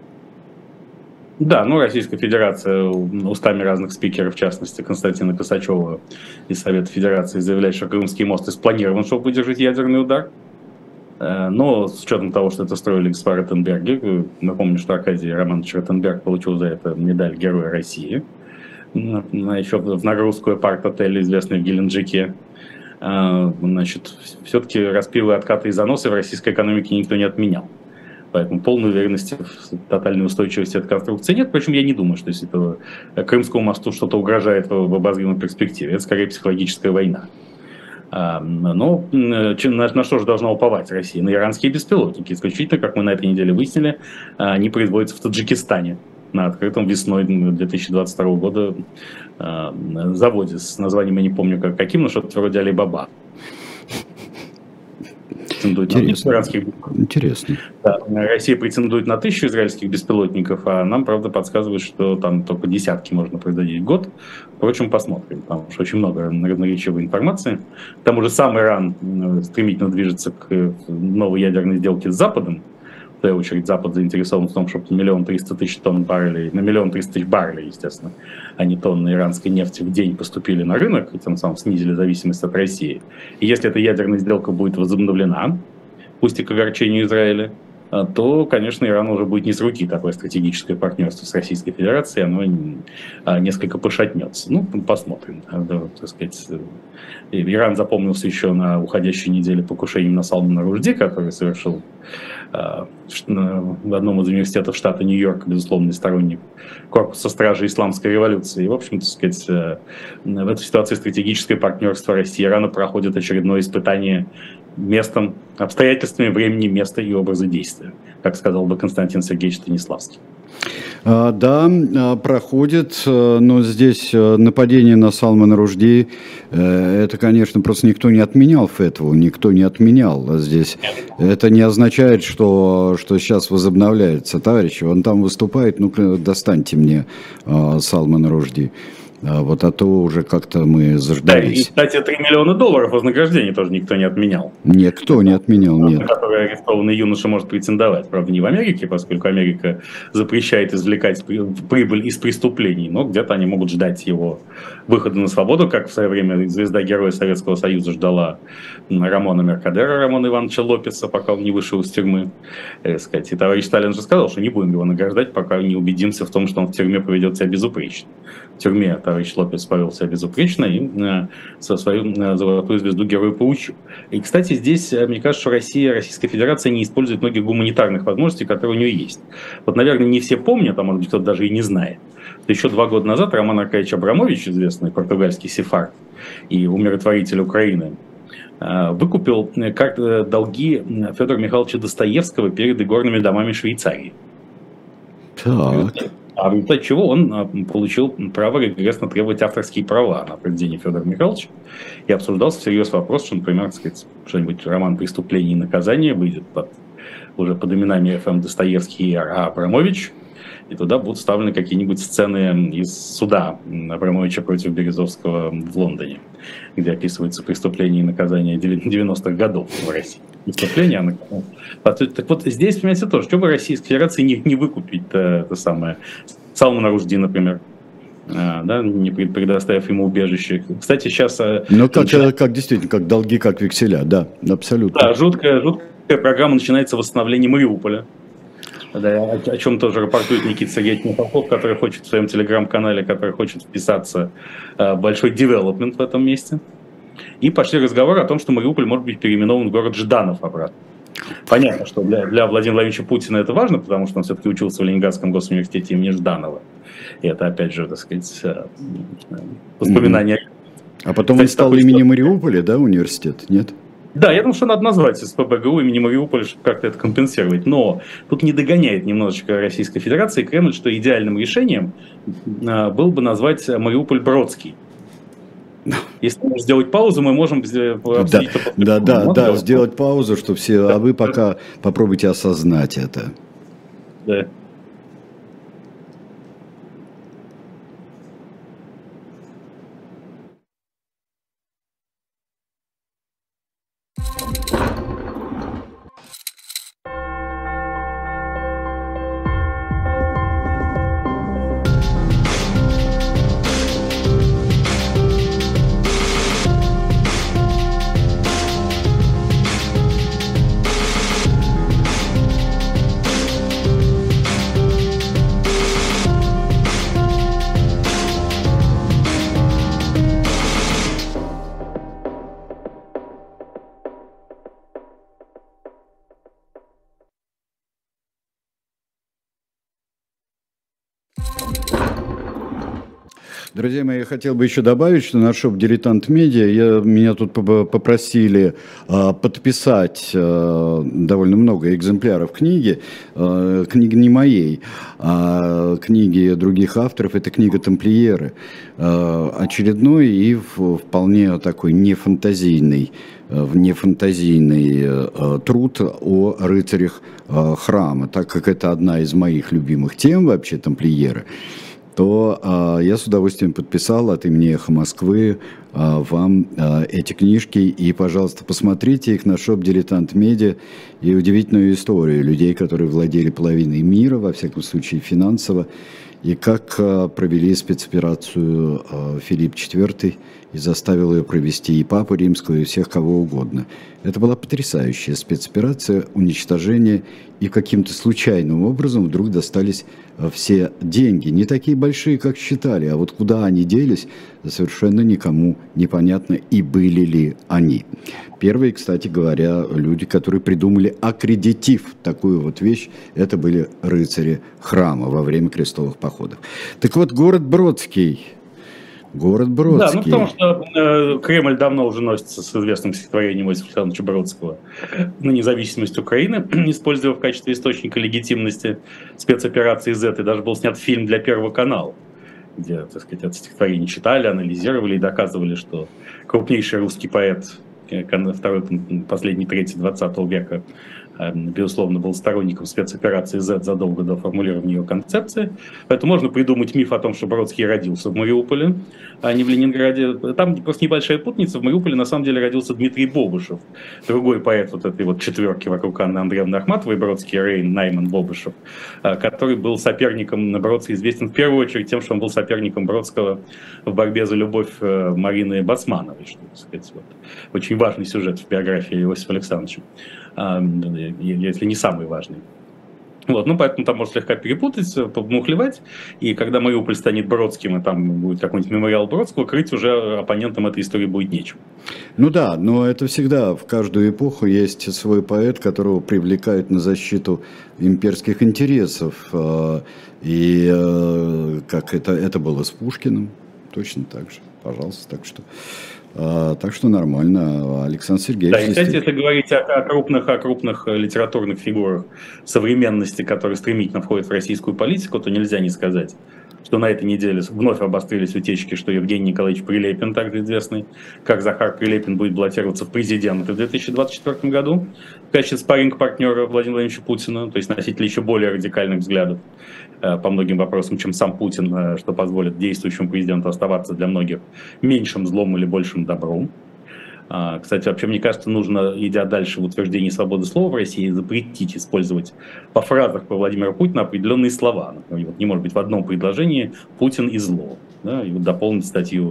Да, Российская Федерация устами разных спикеров, в частности Константина Косачева из Совета Федерации, заявляет, что Крымский мост спланирован, чтобы выдержать ядерный удар. Но с учетом того, что это строили ГСП Ротенберги, напомню, что Аркадий Романович Ротенберг получил за это медаль Героя России, еще в нагрузку апарт-отеля, известный в Геленджике. Все-таки распилы, откаты и заносы в российской экономике никто не отменял. Поэтому полной уверенности в тотальной устойчивости этой конструкции нет. Впрочем, я не думаю, что если Крымскому мосту что-то угрожает в обозримой перспективе. Это скорее психологическая война. Но на что же должна уповать Россия? На иранские беспилотники. Исключительно, как мы на этой неделе выяснили, они производятся в Таджикистане. на открытом весной 2022 года заводе с названием, я не помню каким, но что-то вроде Алибаба. Интересно. Да, Россия претендует на 1000 израильских беспилотников, а нам, правда, подсказывают, что там только десятки можно производить в год. Впрочем, посмотрим, потому что очень много разноречивой информации. К тому же сам Иран стремительно движется к новой ядерной сделке с Западом. В свою очередь, Запад заинтересован в том, чтобы 1 300 000 тонн баррелей, на 1 300 000 баррелей, естественно, а не тонны иранской нефти в день поступили на рынок, и тем самым снизили зависимость от России. И если эта ядерная сделка будет возобновлена, пусть и к огорчению Израиля, то, конечно, Ирану уже будет не с руки такое стратегическое партнерство с Российской Федерацией, оно несколько пошатнется. Ну, посмотрим. Так сказать, Иран запомнился еще на уходящей неделе покушением на Салмана Ружди, который совершил в одном из университетов штата Нью-Йорк, безусловно, сторонник корпуса стражи исламской революции. И, в общем, так сказать, в этой ситуации стратегическое партнерство России и Ирана проходит очередное испытание местом, обстоятельствами, времени, места и образа действия, как сказал бы Константин Сергеевич Станиславский. Да, проходит, но здесь нападение на Салмана Ружди, это, конечно, просто никто не отменял ФЭТВу, никто не отменял здесь. Это не означает, что сейчас возобновляется, товарищи, он там выступает, ну-ка, достаньте мне Салмана Ружди. Вот, а то уже как-то мы заждались. Да, и, кстати, $3 миллиона вознаграждения тоже никто не отменял. Никто не отменял, нет. На который арестованный юноша может претендовать. Правда, не в Америке, поскольку Америка запрещает извлекать прибыль из преступлений, но где-то они могут ждать его выхода на свободу, как в свое время звезда Героя Советского Союза ждала Рамона Меркадера, Рамона Ивановича Лопеса, пока он не вышел из тюрьмы. И товарищ Сталин же сказал, что не будем его награждать, пока не убедимся в том, что он в тюрьме поведет себя безупречно. В тюрьме товарищ Лопес повел себя безупречно и со свою золотую звезду героя получил. И, кстати, здесь, мне кажется, что Российская Федерация не использует многих гуманитарных возможностей, которые у нее есть. Вот, наверное, не все помнят, а может быть, кто-то даже и не знает. Еще 2 года назад Роман Аркадьевич Абрамович, известный португальский сефард и умиротворитель Украины, выкупил долги Федора Михайловича Достоевского перед игорными домами Швейцарии. Так. А в результате чего он получил право регрессно требовать авторские права на произведение Федора Михайловича. И обсуждался всерьез вопрос, что, например, так сказать, что-нибудь роман «Преступление и наказание» выйдет уже под именами Ф.М. Достоевский и А. Абрамович. И туда будут вставлены какие-нибудь сцены из суда Абрамовича против Березовского в Лондоне, где описываются преступления и наказания 90-х годов в России. Преступления, так вот здесь, понимаете, тоже, что бы Российской Федерации не выкупить это самое Салмана Ружди, например, да, не предоставив ему убежище. Кстати, сейчас... Ну, как действительно, как долги, как векселя, да, абсолютно. Да, жуткая программа начинается восстановление Мариуполя. Да, о чем тоже рапортует Никита Сергеевич Михалков, который хочет в своем телеграм-канале, который хочет вписаться в большой девелопмент в этом месте. И пошли разговоры о том, что Мариуполь может быть переименован в город Жданов обратно. Понятно, что для Владимира Владимировича Путина это важно, потому что он все-таки учился в Ленинградском госуниверситете имени Жданова. И это, опять же, так сказать, воспоминания. А потом он стал именем Мариуполя, да, университет, нет? Да, я думаю, что надо назвать СПбГУ имени Мариуполя, чтобы как-то это компенсировать. Но тут не догоняет немножечко Российская Федерация и Кремль, что идеальным решением было бы назвать Мариуполь Бродский. Если можно сделать паузу, мы можем обсудить это. Да, сделать паузу, что все, а вы пока попробуйте осознать это. Да. Друзья мои, я хотел бы еще добавить, что на шоп «Дилетант Медиа» меня тут попросили подписать довольно много экземпляров книги. Книга не моей, а книги других авторов. Это книга «Тамплиеры». Очередной и вполне такой нефантазийный труд о рыцарях храма. Так как это одна из моих любимых тем вообще, тамплиеры, то я с удовольствием подписал от имени «Эхо Москвы» вам эти книжки. И, пожалуйста, посмотрите их на шоп «Дилетант Медиа» и удивительную историю людей, которые владели половиной мира, во всяком случае финансово, и как провели спецоперацию Филипп IV и заставил ее провести и Папу Римского, и всех кого угодно. Это была потрясающая спецоперация уничтожения, и каким-то случайным образом вдруг достались все деньги. Не такие большие, как считали, а вот куда они делись, совершенно никому непонятно, и были ли они. Первые, кстати говоря, люди, которые придумали аккредитив, такую вот вещь, это были рыцари храма во время крестовых походов. Так вот, город Бродский. Город Бродский. Да, ну потому что Кремль давно уже носится с известным стихотворением Иосифа Александровича Бродского на независимость Украины, используя в качестве источника легитимности спецоперации Z. И даже был снят фильм для Первого канала, где, так сказать, это стихотворение читали, анализировали и доказывали, что крупнейший русский поэт последней трети 20 века, безусловно, был сторонником спецоперации Z задолго до формулирования ее концепции. Поэтому можно придумать миф о том, что Бродский родился в Мариуполе, а не в Ленинграде. Там просто небольшая путаница. В Мариуполе на самом деле родился Дмитрий Бобышев, другой поэт вот этой вот четверки вокруг Анны Андреевны Ахматовой, Бродский, Рейн, Найман, Бобышев, который был соперником Бродского, известен в первую очередь тем, что он был соперником Бродского в борьбе за любовь Марины Бацмановой, что, так сказать, вот, очень важный сюжет в биографии Иосифа Александровича, если не самый важный. Вот, ну, поэтому там можно слегка перепутать, помухлевать, и когда Мариуполь станет Бродским, и там будет какой-нибудь мемориал Бродского, крыть уже оппонентам этой истории будет нечем. Ну да, но это всегда, в каждую эпоху есть свой поэт, которого привлекают на защиту имперских интересов, и как это было с Пушкиным, точно так же, пожалуйста, так что нормально. Александр Сергеевич. Да, и, кстати, если говорить о крупных литературных фигурах современности, которые стремительно входят в российскую политику, то нельзя не сказать, что на этой неделе вновь обострились утечки, что Евгений Николаевич Прилепин, также известный как Захар Прилепин, будет баллотироваться в президенты в 2024 году в качестве спарринг-партнера Владимира Владимировича Путина, то есть носитель еще более радикальных взглядов по многим вопросам, чем сам Путин, что позволит действующему президенту оставаться для многих меньшим злом или большим добром. Кстати, вообще, мне кажется, нужно, идя дальше в утверждении свободы слова в России, запретить использовать по фразах про Владимира Путина определенные слова. Например, вот не может быть в одном предложении «Путин и зло». Да, и вот дополнить статью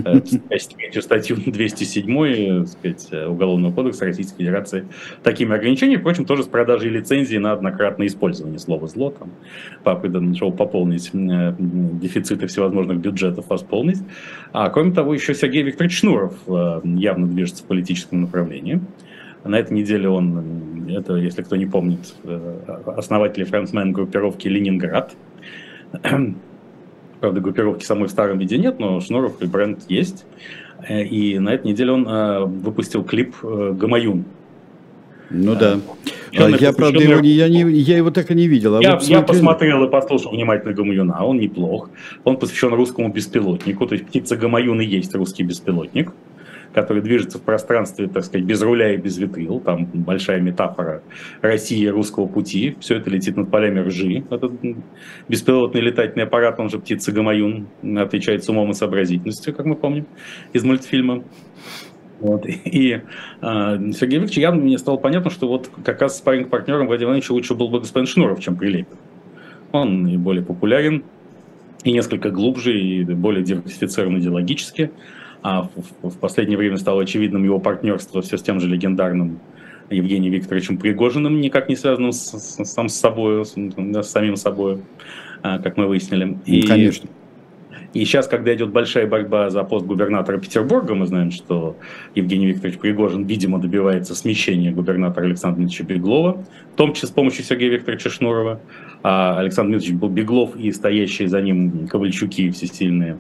207 сказать, Уголовного кодекса Российской Федерации такими ограничениями, впрочем, тоже с продажей лицензии на однократное использование слова «зло», там, чтобы пополнить дефициты всевозможных бюджетов, восполнить. А кроме того, еще Сергей Викторович Шнуров явно движется в политическом направлении. На этой неделе он, это, если кто не помнит, основатель фронтмен группировки «Ленинград». Правда, группировки самой в старом виде нет, но Шнуров и бренд есть. И на этой неделе он выпустил клип «Гамаюн». Ну да. Я, правда, я его так и не видел. Я посмотрел и послушал внимательно Гамаюна, он неплох. Он посвящен русскому беспилотнику, то есть птица Гамаюн и есть русский беспилотник, который движется в пространстве, так сказать, без руля и без ветрил. Там большая метафора России, русского пути. Все это летит над полями ржи. Этот беспилотный летательный аппарат, он же птица Гамаюн, отличается умом и сообразительностью, как мы помним из мультфильма. Вот. И Сергей Викторович, мне стало понятно, что вот как раз спарринг-партнером Владимира Владимировича лучше был бы господин Шнуров, чем Прилепин. Он и более популярен, и несколько глубже, и более диверсифицирован идеологически. А в последнее время стало очевидным его партнерство все с тем же легендарным Евгением Викторовичем Пригожиным, никак не связанным с самим собой, как мы выяснили. Конечно. И сейчас, когда идет большая борьба за пост губернатора Петербурга, мы знаем, что Евгений Викторович Пригожин, видимо, добивается смещения губернатора Александра Дмитриевича Беглова, в том числе с помощью Сергея Викторовича Шнурова. А Александр Дмитриевич был Беглов и стоящие за ним Ковальчуки всесильные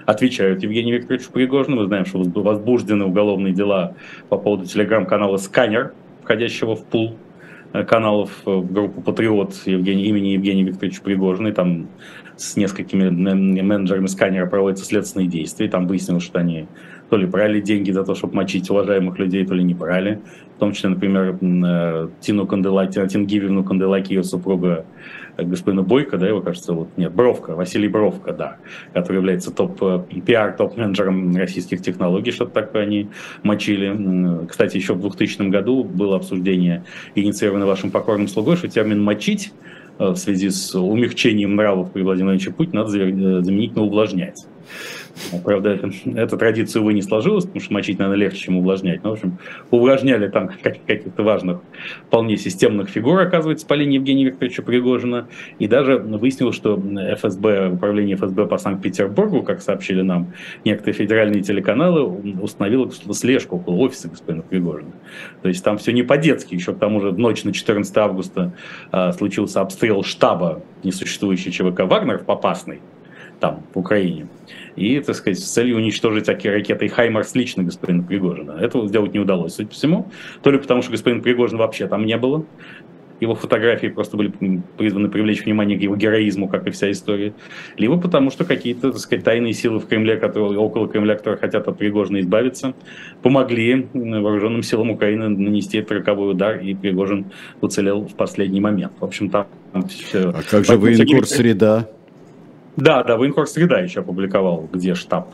отвечают Евгению Викторовичу Пригожину. Мы знаем, что возбуждены уголовные дела по поводу телеграм-канала «Сканер», входящего в пул каналов группы «Патриот» имени Евгения Викторовича Пригожина. И там с несколькими менеджерами «Сканера» проводятся следственные действия. Там выяснилось, что они то ли брали деньги за то, чтобы мочить уважаемых людей, то ли не брали. В том числе, например, Тину Гивевну Канделаки, ее супруга господина Бойко, да, его, кажется, Бровко, Василий Бровко, да, который является топ-менеджером российских технологий, что-то такое они мочили. Кстати, еще в 2000 году было обсуждение, инициированное вашим покорным слугой, что термин «мочить» в связи с умягчением нравов при Владимире Владимировиче Путине надо заменить на «увлажнять». Правда, эта традиция, увы, не сложилась, потому что мочить, наверное, легче, чем увлажнять. Но, в общем, увлажняли там каких-то важных, вполне системных фигур, оказывается, по линии Евгения Викторовича Пригожина. И даже выяснилось, что управление ФСБ по Санкт-Петербургу, как сообщили нам некоторые федеральные телеканалы, установило слежку около офиса господина Пригожина. То есть там все не по-детски. Еще к тому же в ночь на 14 августа случился обстрел штаба несуществующей ЧВК «Вагнер» в Попасной, там, в Украине. И, так сказать, с целью уничтожить ракетой «Хаймарс» лично господина Пригожина. Этого сделать не удалось, судя по всему. То ли потому, что господин Пригожин вообще там не было. Его фотографии просто были призваны привлечь внимание к его героизму, как и вся история. Либо потому, что какие-то, так сказать, тайные силы в Кремле, около Кремля, которые хотят от Пригожина избавиться, помогли вооруженным силам Украины нанести этот роковой удар, и Пригожин уцелел в последний момент. В общем, там все... А как же военкор «Среда»? Да, военкор «Среда» еще опубликовал, где штаб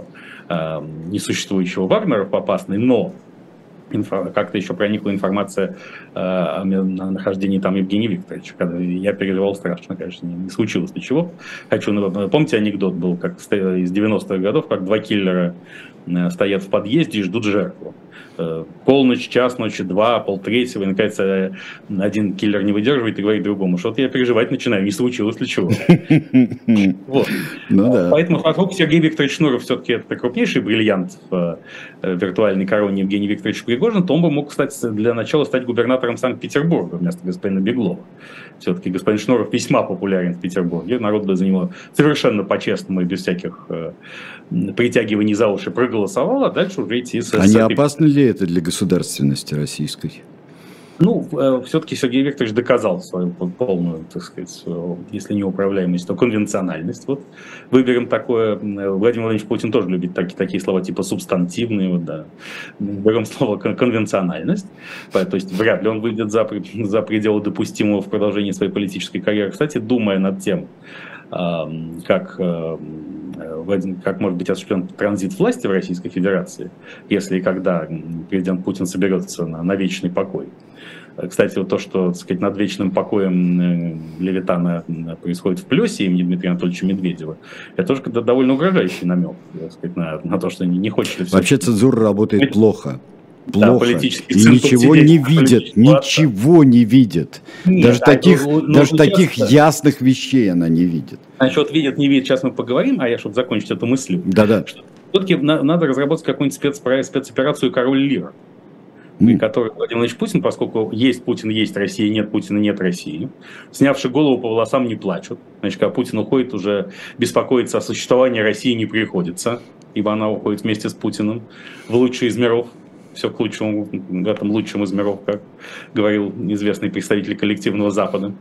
несуществующего Вагнера в Попасной, но как-то еще проникла информация о нахождении там Евгения Викторовича. Я переживал страшно, конечно, не случилось ничего. Помните, анекдот был, как из 90-х годов, как два киллера стоят в подъезде и ждут жертву. Полночь, час ночи, 2, полтретьего, и, наконец, один киллер не выдерживает и говорит другому, что-то я переживать начинаю, не случилось ли чего. Поэтому вокруг Сергей Викторович Шнуров все-таки это крупнейший бриллиант в виртуальной короне Евгения Викторовича Пригожина, то он бы мог, кстати, для начала стать губернатором Санкт-Петербурга вместо господина Беглова. Все-таки господин Шнуров весьма популярен в Петербурге, народ бы за него совершенно по-честному и без всяких притягиваний за уши проголосовал, а дальше уже идти с... А не опасно ли это для государственности российской? Все-таки Сергей Викторович доказал свою полную, так сказать, если не управляемость, то конвенциональность. Выберем такое. Владимир Владимирович Путин тоже любит такие слова типа субстантивные. Берем слово конвенциональность. То есть вряд ли он выйдет за пределы допустимого в продолжении своей политической карьеры. Кстати, думая над тем, как может быть осуществлен транзит власти в Российской Федерации, если и когда президент Путин соберется на вечный покой. Кстати, то, что, так сказать, над вечным покоем Левитана происходит в плюсе имени Дмитрия Анатольевича Медведева, это тоже довольно угрожающий намек, так сказать, на то, что не хочет... Вообще цензура работает плохо. Да, и ничего не видят, ничего не видят. Даже таких ясных вещей она не видит. Насчет видят, не видят, сейчас мы поговорим, а я, чтобы закончить эту мысль. Да-да. Все-таки надо разработать какую-нибудь спецоперацию «Король Лир», при которой Владимир Владимирович Путин, поскольку есть Путин, есть Россия, нет Путина, нет России, снявши голову по волосам не плачут. Значит, когда Путин уходит, уже беспокоиться о существовании России не приходится, ибо она уходит вместе с Путиным в лучший из миров. Все к лучшему, в этом лучшем из миров, как говорил известный представитель коллективного Запада,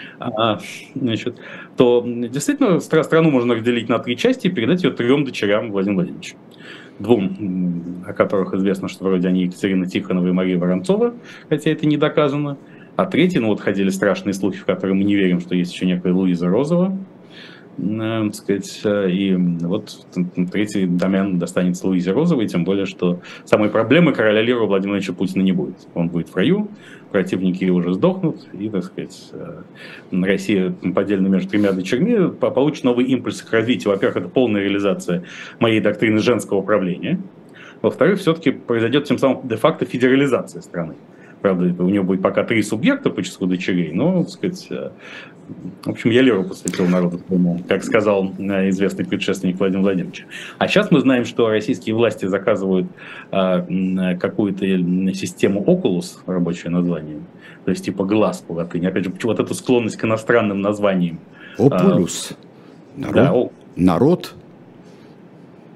то действительно страну можно разделить на 3 части и передать ее 3 дочерям Владимира Владимировича. 2, о которых известно, что вроде они Екатерина Тихонова и Мария Воронцова, хотя это не доказано. А 3, ходили страшные слухи, в которые мы не верим, что есть еще некая Луиза Розова. Сказать, и 3 домен достанется Луизе Розовой, тем более, что самой проблемы короля Лира у Владимира Владимировича Путина не будет. Он будет в раю, противники уже сдохнут, и, так сказать, Россия, поделена между 3 дочерьми, получит новый импульс к развитию. Во-первых, это полная реализация моей доктрины женского управления. Во-вторых, все-таки произойдет тем самым де-факто федерализация страны. Правда, у него будет пока 3 субъекта по числу дочерей, но, так сказать, в общем, я Леру посвятил народу, как сказал известный предшественник Владимира Владимировича. А сейчас мы знаем, что российские власти заказывают какую-то систему Oculus, рабочее название, то есть типа глаз по латыни. Опять же, эту склонность к иностранным названиям. Oculus? Народ?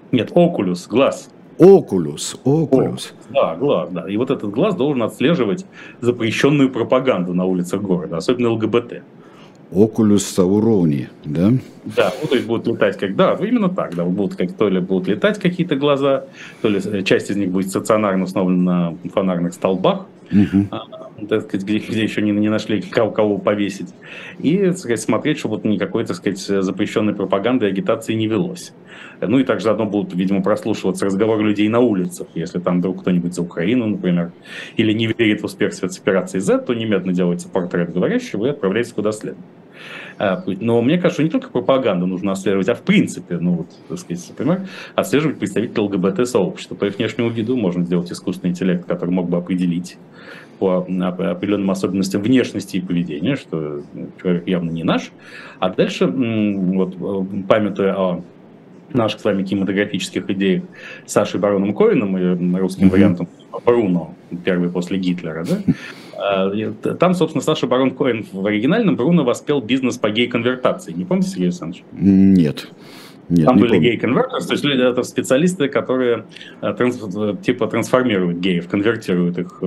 Нет, окулюс, глаз. Окулюс. Да, глаз, да. И вот этот глаз должен отслеживать запрещенную пропаганду на улицах города, особенно ЛГБТ. Окулюс Саурони, да? Да, ну, то есть будут летать да, именно так, да, то ли будут летать какие-то глаза, то ли часть из них будет стационарно установлена на фонарных столбах, так сказать, где еще не нашли кого повесить, и, так сказать, смотреть, чтобы вот никакой, так сказать, запрещенной пропаганды и агитации не велось. Ну и также заодно будут, видимо, прослушиваться разговоры людей на улицах, если там вдруг кто-нибудь за Украину, например, или не верит в успех спецоперации Z, то немедленно делается портрет говорящего и отправляется куда следует. Но мне кажется, не только пропаганду нужно отслеживать, а в принципе, ну вот, так сказать, например, отслеживать представителей ЛГБТ-сообщества. По их внешнему виду можно сделать искусственный интеллект, который мог бы определить по определенным особенностям внешности и поведения, что человек явно не наш. А дальше, вот, памятуя о наших с вами кинематографических идеях с Сашей Бароном Коэном и русским вариантом Бруно, первый после Гитлера, да? Там, собственно, Саша Барон Коэн в оригинальном Бруно воспел бизнес по гей-конвертации. Не помните, Сергей Александрович? Нет. Там были гей-конвертеры, то есть это специалисты, которые типа трансформируют геев, конвертируют их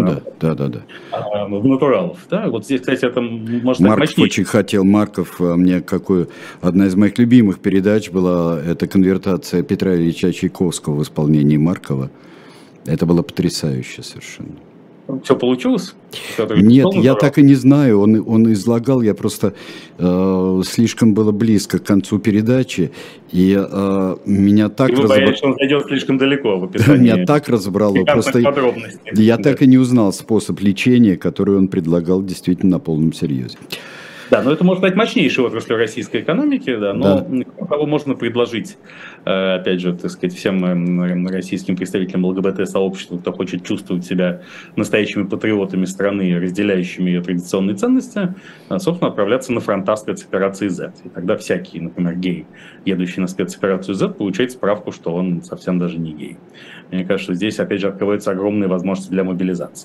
в натуралов. Да? Вот здесь, кстати, это может быть Марков очень хотел. Одна из моих любимых передач была эта конвертация Петра Ильича Чайковского в исполнении Маркова. Это было потрясающе совершенно. Все получилось? Нет, я так и не знаю. Он излагал, я просто слишком было близко к концу передачи, и меня так разобрало. Вы боялись, что он зайдет слишком далеко в описании. Меня так разобрало. Просто я так и не узнал способ лечения, который он предлагал действительно на полном серьезе. Да, но это может стать мощнейшей отраслью российской экономики, да, но кого можно предложить, опять же, так сказать, всем российским представителям ЛГБТ-сообщества, кто хочет чувствовать себя настоящими патриотами страны, разделяющими ее традиционные ценности, собственно, отправляться на фронта спецоперации Z. И тогда всякий, например, гей, едущий на спецоперацию Z, получает справку, что он совсем даже не гей. Мне кажется, что здесь, опять же, открываются огромные возможности для мобилизации.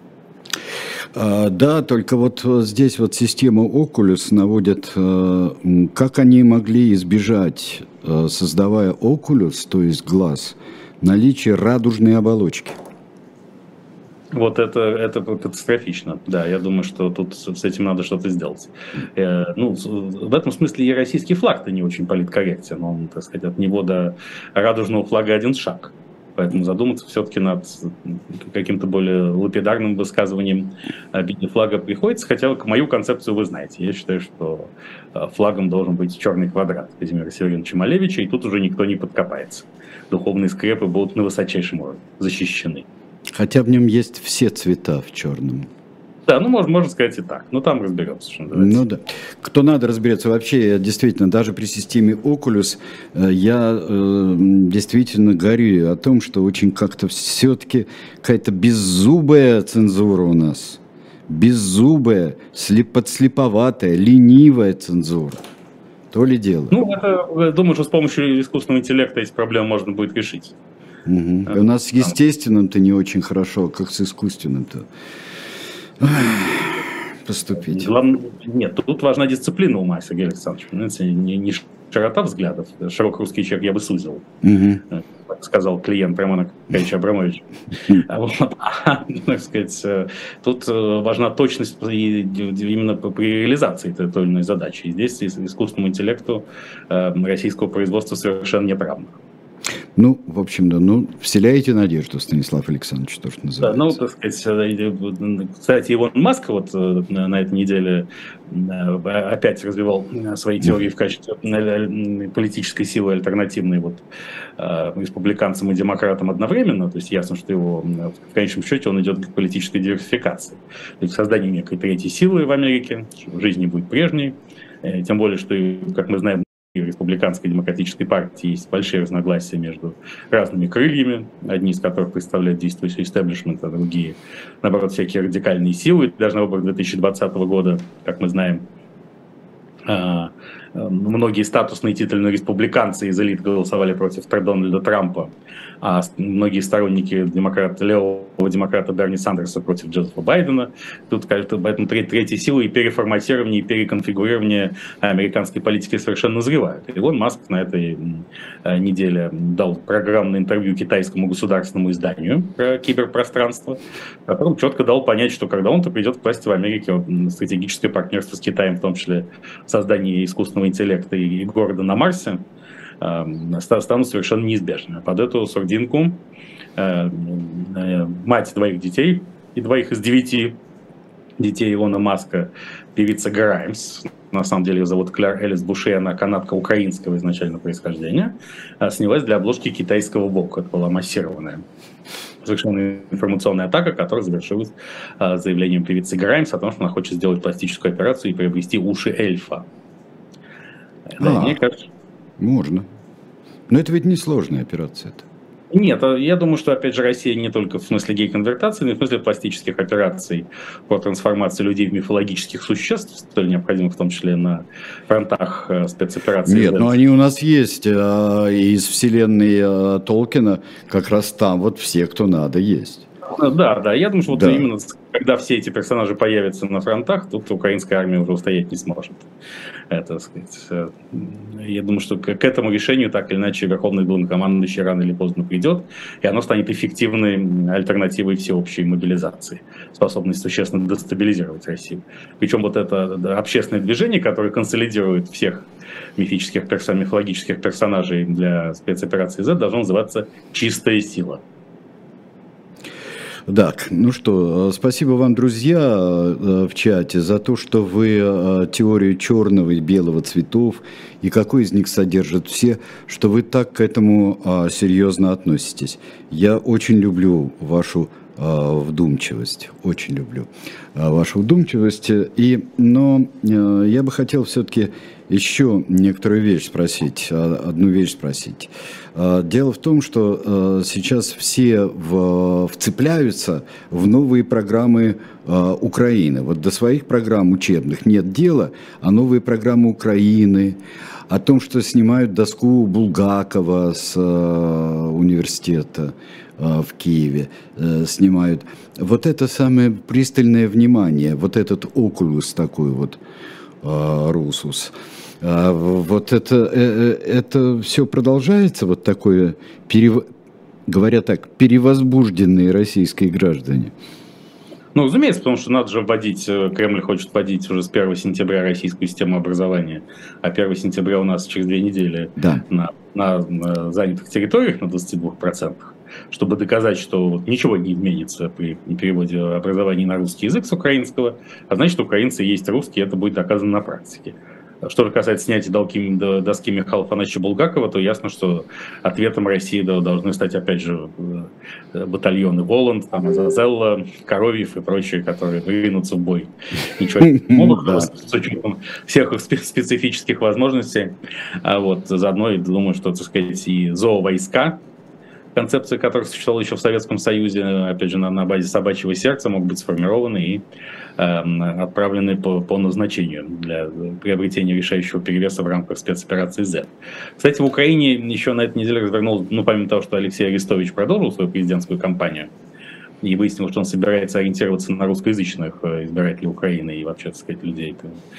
Да, только вот здесь вот систему Oculus наводят, как они могли избежать, создавая Oculus, то есть глаз, наличия радужной оболочки. Вот это катастрофично. Да, я думаю, что тут с этим надо что-то сделать. Ну, в этом смысле и российский флаг-то не очень политкорректен. Он, так сказать, от него до радужного флага один шаг. Поэтому задуматься все-таки над каким-то более лапидарным высказыванием о виде флага приходится. Хотя мою концепцию вы знаете. Я считаю, что флагом должен быть черный квадрат Казимира Севериновича Малевича, и тут уже никто не подкопается. Духовные скрепы будут на высочайшем уровне защищены. Хотя в нем есть все цвета в черном. Да, ну можно сказать и так. Но там разберемся. Ну да. Кто надо разберется. Вообще, действительно, даже при системе Oculus я действительно горю о том, что очень как-то все-таки какая-то беззубая цензура у нас. Беззубая, подслеповатая, ленивая цензура. То ли дело. Ну, это, думаю, что с помощью искусственного интеллекта эти проблемы можно будет решить. У нас с естественным-то не очень хорошо, как с искусственным-то поступить. Нет, тут важна дисциплина ума, Сергей Александрович. Понимаете, не широта взглядов. Широкий русский человек я бы сузил, сказал клиент Романа Каича Абрамовича. Так сказать, тут важна точность именно при реализации той или иной задачи. И здесь искусственному интеллекту российского производства совершенно неправильно. Ну, в общем, да, вселяете надежду, Станислав Александрович, то, что называется. Да, ну, так сказать, кстати, Илон Маск вот на этой неделе опять развивал свои теории в качестве политической силы альтернативной вот республиканцам и демократам одновременно. То есть ясно, что его в конечном счете он идет к политической диверсификации. То есть созданию некой третьей силы в Америке, жизнь не будет прежней. Тем более, что, как мы знаем, в республиканской демократической партии есть большие разногласия между разными крыльями, одни из которых представляют действующий истеблишмент, а другие, наоборот, всякие радикальные силы. Даже на выборах 2020 года, как мы знаем, многие статусные титульные республиканцы из элит голосовали против Дональда Трампа, а многие сторонники левого демократа Берни Сандерса против Джозефа Байдена. Тут, поэтому третья сила и переформатирование, и переконфигурирование американской политики совершенно назревают. Илон Маск на этой неделе дал программное интервью китайскому государственному изданию про киберпространство, в котором четко дал понять, что когда он-то придет к власти в Америке, стратегическое партнерство с Китаем, в том числе создание искусственного интеллекта и города на Марсе, станут совершенно неизбежными. Под эту сурдинку мать двоих детей и 2 из 9 детей Илона Маска, певица Граймс, на самом деле ее зовут Клэр Элис Буше, она канадка украинского изначально происхождения, снялась для обложки китайского Vogue. Это была массированная совершенно информационная атака, которая завершилась заявлением певицы Граймс о том, что она хочет сделать пластическую операцию и приобрести уши эльфа. Мне кажется... Можно. Но это ведь несложная операция-то. Нет, я думаю, что, опять же, Россия не только в смысле гей-конвертации, но и в смысле пластических операций по трансформации людей в мифологических существ, столь необходимых в том числе на фронтах спецопераций. Нет, но они у нас есть из вселенной Толкина, как раз там вот все, кто надо, есть. Да, я думаю, что вот именно когда все эти персонажи появятся на фронтах, тут украинская армия уже устоять не сможет. Это, сказать, я думаю, что к этому решению так или иначе Верховный главнокомандующий рано или поздно придет, и оно станет эффективной альтернативой всеобщей мобилизации, способной существенно дестабилизировать Россию. Причем вот это общественное движение, которое консолидирует всех мифологических персонажей для спецоперации Z, должно называться «Чистая сила». Так, ну что, спасибо вам, друзья, в чате за то, что вы теорию черного и белого цветов и какой из них содержат все, что вы так к этому серьезно относитесь. Я очень люблю вашу вдумчивость, очень люблю вашу вдумчивость. Но я бы хотел все-таки еще некоторую вещь спросить, одну вещь спросить. Дело в том, что сейчас все вцепляются в новые программы Украины. Вот до своих программ учебных нет дела, а новые программы Украины, о том, что снимают доску Булгакова с университета в Киеве, снимают. Вот это самое пристальное внимание, вот этот окулус такой вот, Русус. Вот это все продолжается, вот такое, говоря так, перевозбужденные российские граждане. Ну, разумеется, потому что надо же вводить, Кремль хочет вводить уже с 1 сентября российскую систему образования, а 1 сентября у нас через 2 недели на занятых территориях на 22%, чтобы доказать, что ничего не изменится при переводе образования на русский язык с украинского, а значит, украинцы есть русские, это будет доказано на практике. Что же касается снятия доски Михаила Афанасьевича Булгакова, то ясно, что ответом России должны стать, опять же, батальоны Воланд, Азазелла, Коровьев и прочие, которые вынутся в бой. Ничего не могут, с учетом всех их специфических возможностей. Заодно, я думаю, что, так сказать, и зоовойска, концепция которых существовала еще в Советском Союзе, опять же, на базе собачьего сердца, могут быть сформированы и отправлены по назначению для приобретения решающего перевеса в рамках спецоперации Z. Кстати, в Украине еще на этой неделе развернулся, помимо того, что Алексей Арестович продолжил свою президентскую кампанию и выяснил, что он собирается ориентироваться на русскоязычных избирателей Украины и вообще, так сказать, людей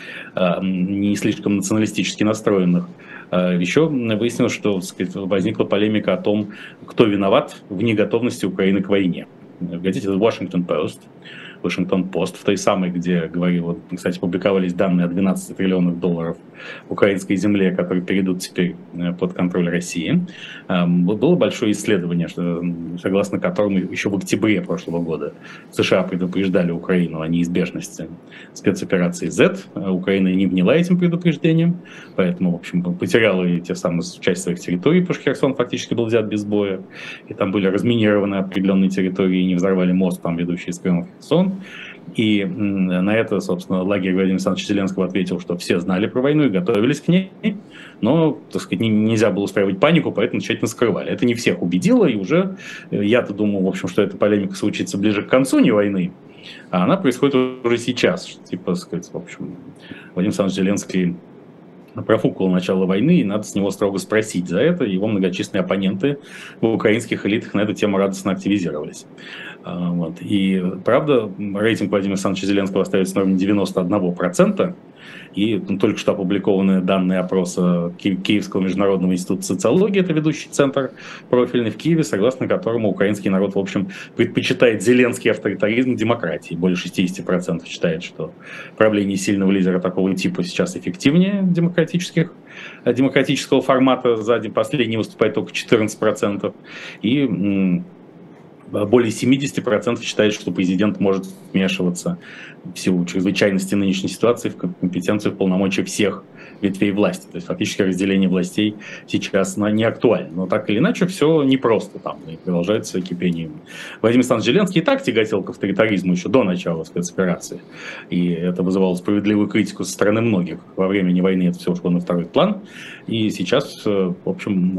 не слишком националистически настроенных, еще выяснилось, что, так сказать, возникла полемика о том, кто виноват в неготовности Украины к войне. В газете Washington Post, в той самой, где, кстати, публиковались данные о 12 триллионах долларов украинской земле, которые перейдут теперь под контроль России, было большое исследование, согласно которому еще в октябре прошлого года США предупреждали Украину о неизбежности спецоперации Z. Украина не вняла этим предупреждением, поэтому, в общем, потеряла часть своих территорий, потому что Херсон фактически был взят без боя, и там были разминированы определенные территории и не взорвали мост, ведущий из Крыма в Херсон. И на это, собственно, лагерь Владимира Александровича Зеленского ответил, что все знали про войну и готовились к ней, но, так сказать, нельзя было устраивать панику, поэтому тщательно скрывали. Это не всех убедило, и уже я-то думал, в общем, что эта полемика случится ближе к концу не войны, а она происходит уже сейчас. Типа, так сказать, в общем, Владимир Александрович Зеленский профукал начало войны, и надо с него строго спросить за это. Его многочисленные оппоненты в украинских элитах на эту тему радостно активизировались. Вот. И правда, рейтинг Владимира Александровича Зеленского остается на уровне 91%. И только что опубликованные данные опроса Киевского международного института социологии, это ведущий центр профильный в Киеве, согласно которому украинский народ, в общем, предпочитает зеленский авторитаризм демократии. Более 60% считает, что правление сильного лидера такого типа сейчас эффективнее демократического формата. Сзади последний выступает только 14%. И более 70% считают, что президент может вмешиваться в силу чрезвычайности нынешней ситуации в компетенцию, в полномочия всех ветвей власти. То есть фактически разделение властей сейчас не актуально. Но так или иначе все непросто там, и продолжается кипение. Владимир Александрович Зеленский и так тяготел к авторитаризму еще до начала спецоперации. И это вызывало справедливую критику со стороны многих. Во время войны это все ушло на второй план. И сейчас, в общем,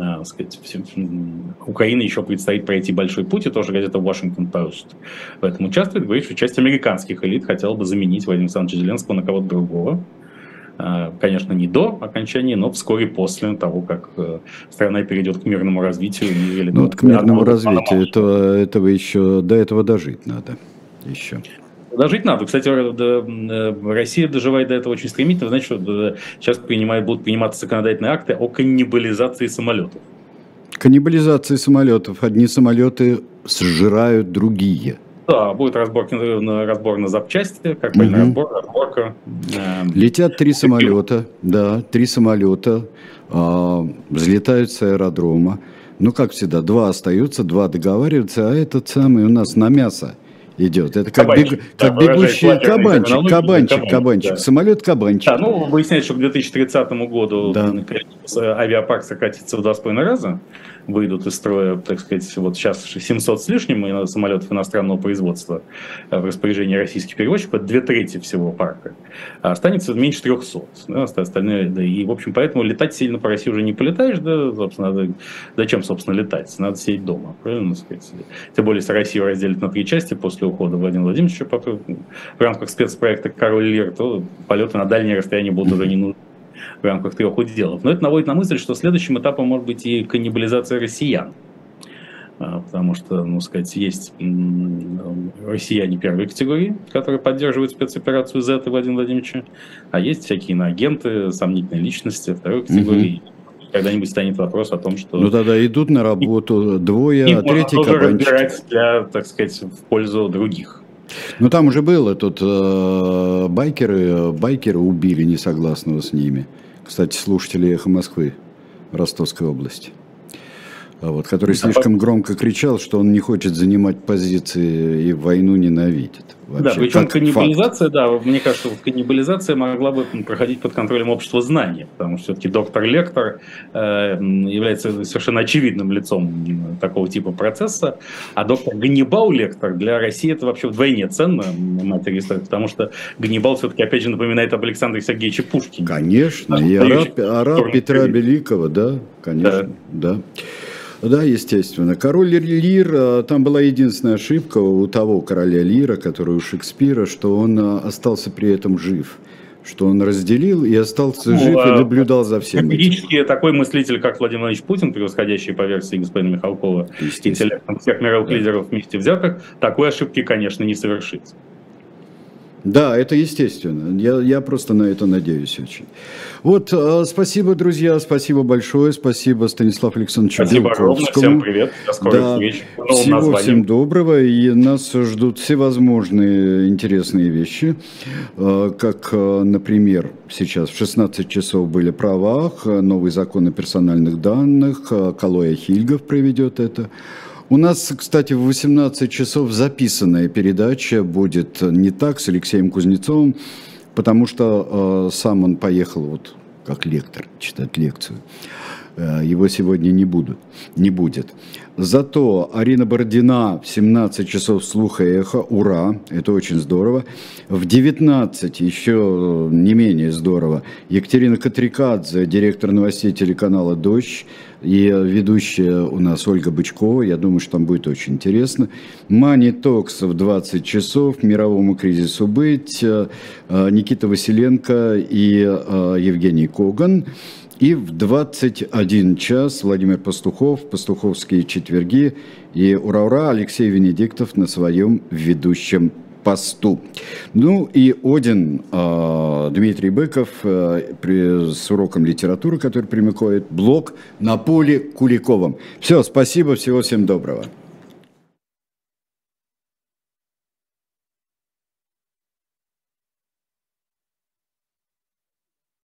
Украине еще предстоит пройти большой путь, и тоже газета Washington Post в этом участвует, говорит, что часть американских элит хотела бы заменить Владимира Александровича Зеленского на кого-то другого. Конечно, не до окончания, но вскоре после того, как страна перейдет к мирному развитию. Ну, вот к мирному развитию этого еще, до этого дожить надо еще. Дожить надо. Кстати, Россия доживает до этого очень стремительно. Значит, что сейчас будут приниматься законодательные акты о каннибализации самолетов. Каннибализации самолетов. Одни самолеты сжирают другие. Да, будет разбор на запчасти, как правильно, разборка. Летят 3 самолета, да, 3 самолета, взлетают с аэродрома. Ну, как всегда, 2 остаются, 2 договариваются, а этот самый у нас на мясо идет. Это как бегущий кабанчик. Да. Самолет кабанчик. Да, ну, выясняется, что к 2030 году авиапарк сократится в 2,5 раза. Выйдут из строя, так сказать, вот сейчас 700 с лишним самолетов иностранного производства в распоряжении российских перевозчиков, это 2/3 всего парка, а останется меньше 300. Да, остальные, да, и, в общем, поэтому летать сильно по России уже не полетаешь, да, собственно, зачем, собственно, летать? Надо сидеть дома, правильно сказать? Тем более, если Россию разделят на 3 части после ухода Владимира Владимировича в рамках спецпроекта «Король Лир», то полеты на дальние расстояния будут уже не нужны в рамках 3 уделов. Но это наводит на мысль, что следующим этапом может быть и каннибализация россиян. Потому что, ну, сказать, есть россияне первой категории, которые поддерживают спецоперацию Z Владимира Владимировича, а есть всякие иноагенты, сомнительные личности второй категории. Когда-нибудь станет вопрос о том, что... Ну, тогда идут на работу 2, а 3 кабанчик. Разбирать для, так сказать, в пользу других. Ну, там уже было, тут байкеры убили несогласного с ними. Кстати, слушатели «Эхо Москвы» Ростовской области. Вот, который слишком громко кричал, что он не хочет занимать позиции и войну ненавидит. Вообще, да, причем каннибализация, да, мне кажется, вот каннибализация могла бы проходить под контролем общества знания, потому что все-таки доктор-лектор является совершенно очевидным лицом такого типа процесса, а доктор Ганнибал-лектор для России это вообще вдвойне ценно, матери истории, потому что Ганнибал все-таки, опять же, напоминает об Александре Сергеевиче Пушкине. Конечно, и араб Петра Великого, да, конечно, да. Да, естественно. Король Лир, там была единственная ошибка у того короля Лира, который у Шекспира, что он остался при этом жив. Что он разделил и остался жив и наблюдал за всем этим. Такой мыслитель, как Владимир Владимирович Путин, превосходящий по версии господина Михалкова интеллектом всех мировых лидеров вместе взятых, такой ошибки, конечно, не совершит. Да, это естественно. Я просто на это надеюсь очень. Вот, спасибо, друзья, спасибо большое, спасибо Станиславу Александровичу Белковскому. Спасибо огромное, всем привет, до скорых встреч. Всем доброго, и нас ждут всевозможные интересные вещи, как, например, сейчас в 16 часов были правах, новый закон о персональных данных, Калоя Хильгов проведет это. У нас, кстати, в 18 часов записанная передача будет не так с Алексеем Кузнецовым, потому что сам он поехал вот как лектор читать лекцию. Его сегодня не будет. Зато Арина Бородина в 17 часов «Слух и эхо». Ура! Это очень здорово. В 19 еще не менее здорово. Екатерина Катрикадзе, директор новостей телеканала «Дождь». И ведущая у нас Ольга Бычкова. Я думаю, что там будет очень интересно. Money Talks в 20 часов. Мировому кризису быть. Никита Василенко и Евгений Коган. И в 21 час Владимир Пастухов, «Пастуховские четверги». И ура-ура, Алексей Венедиктов на своем ведущем посту. Ну и Один Дмитрий Быков с уроком литературы, который примыкает, блог на поле Куликовым. Все, спасибо, всего всем доброго.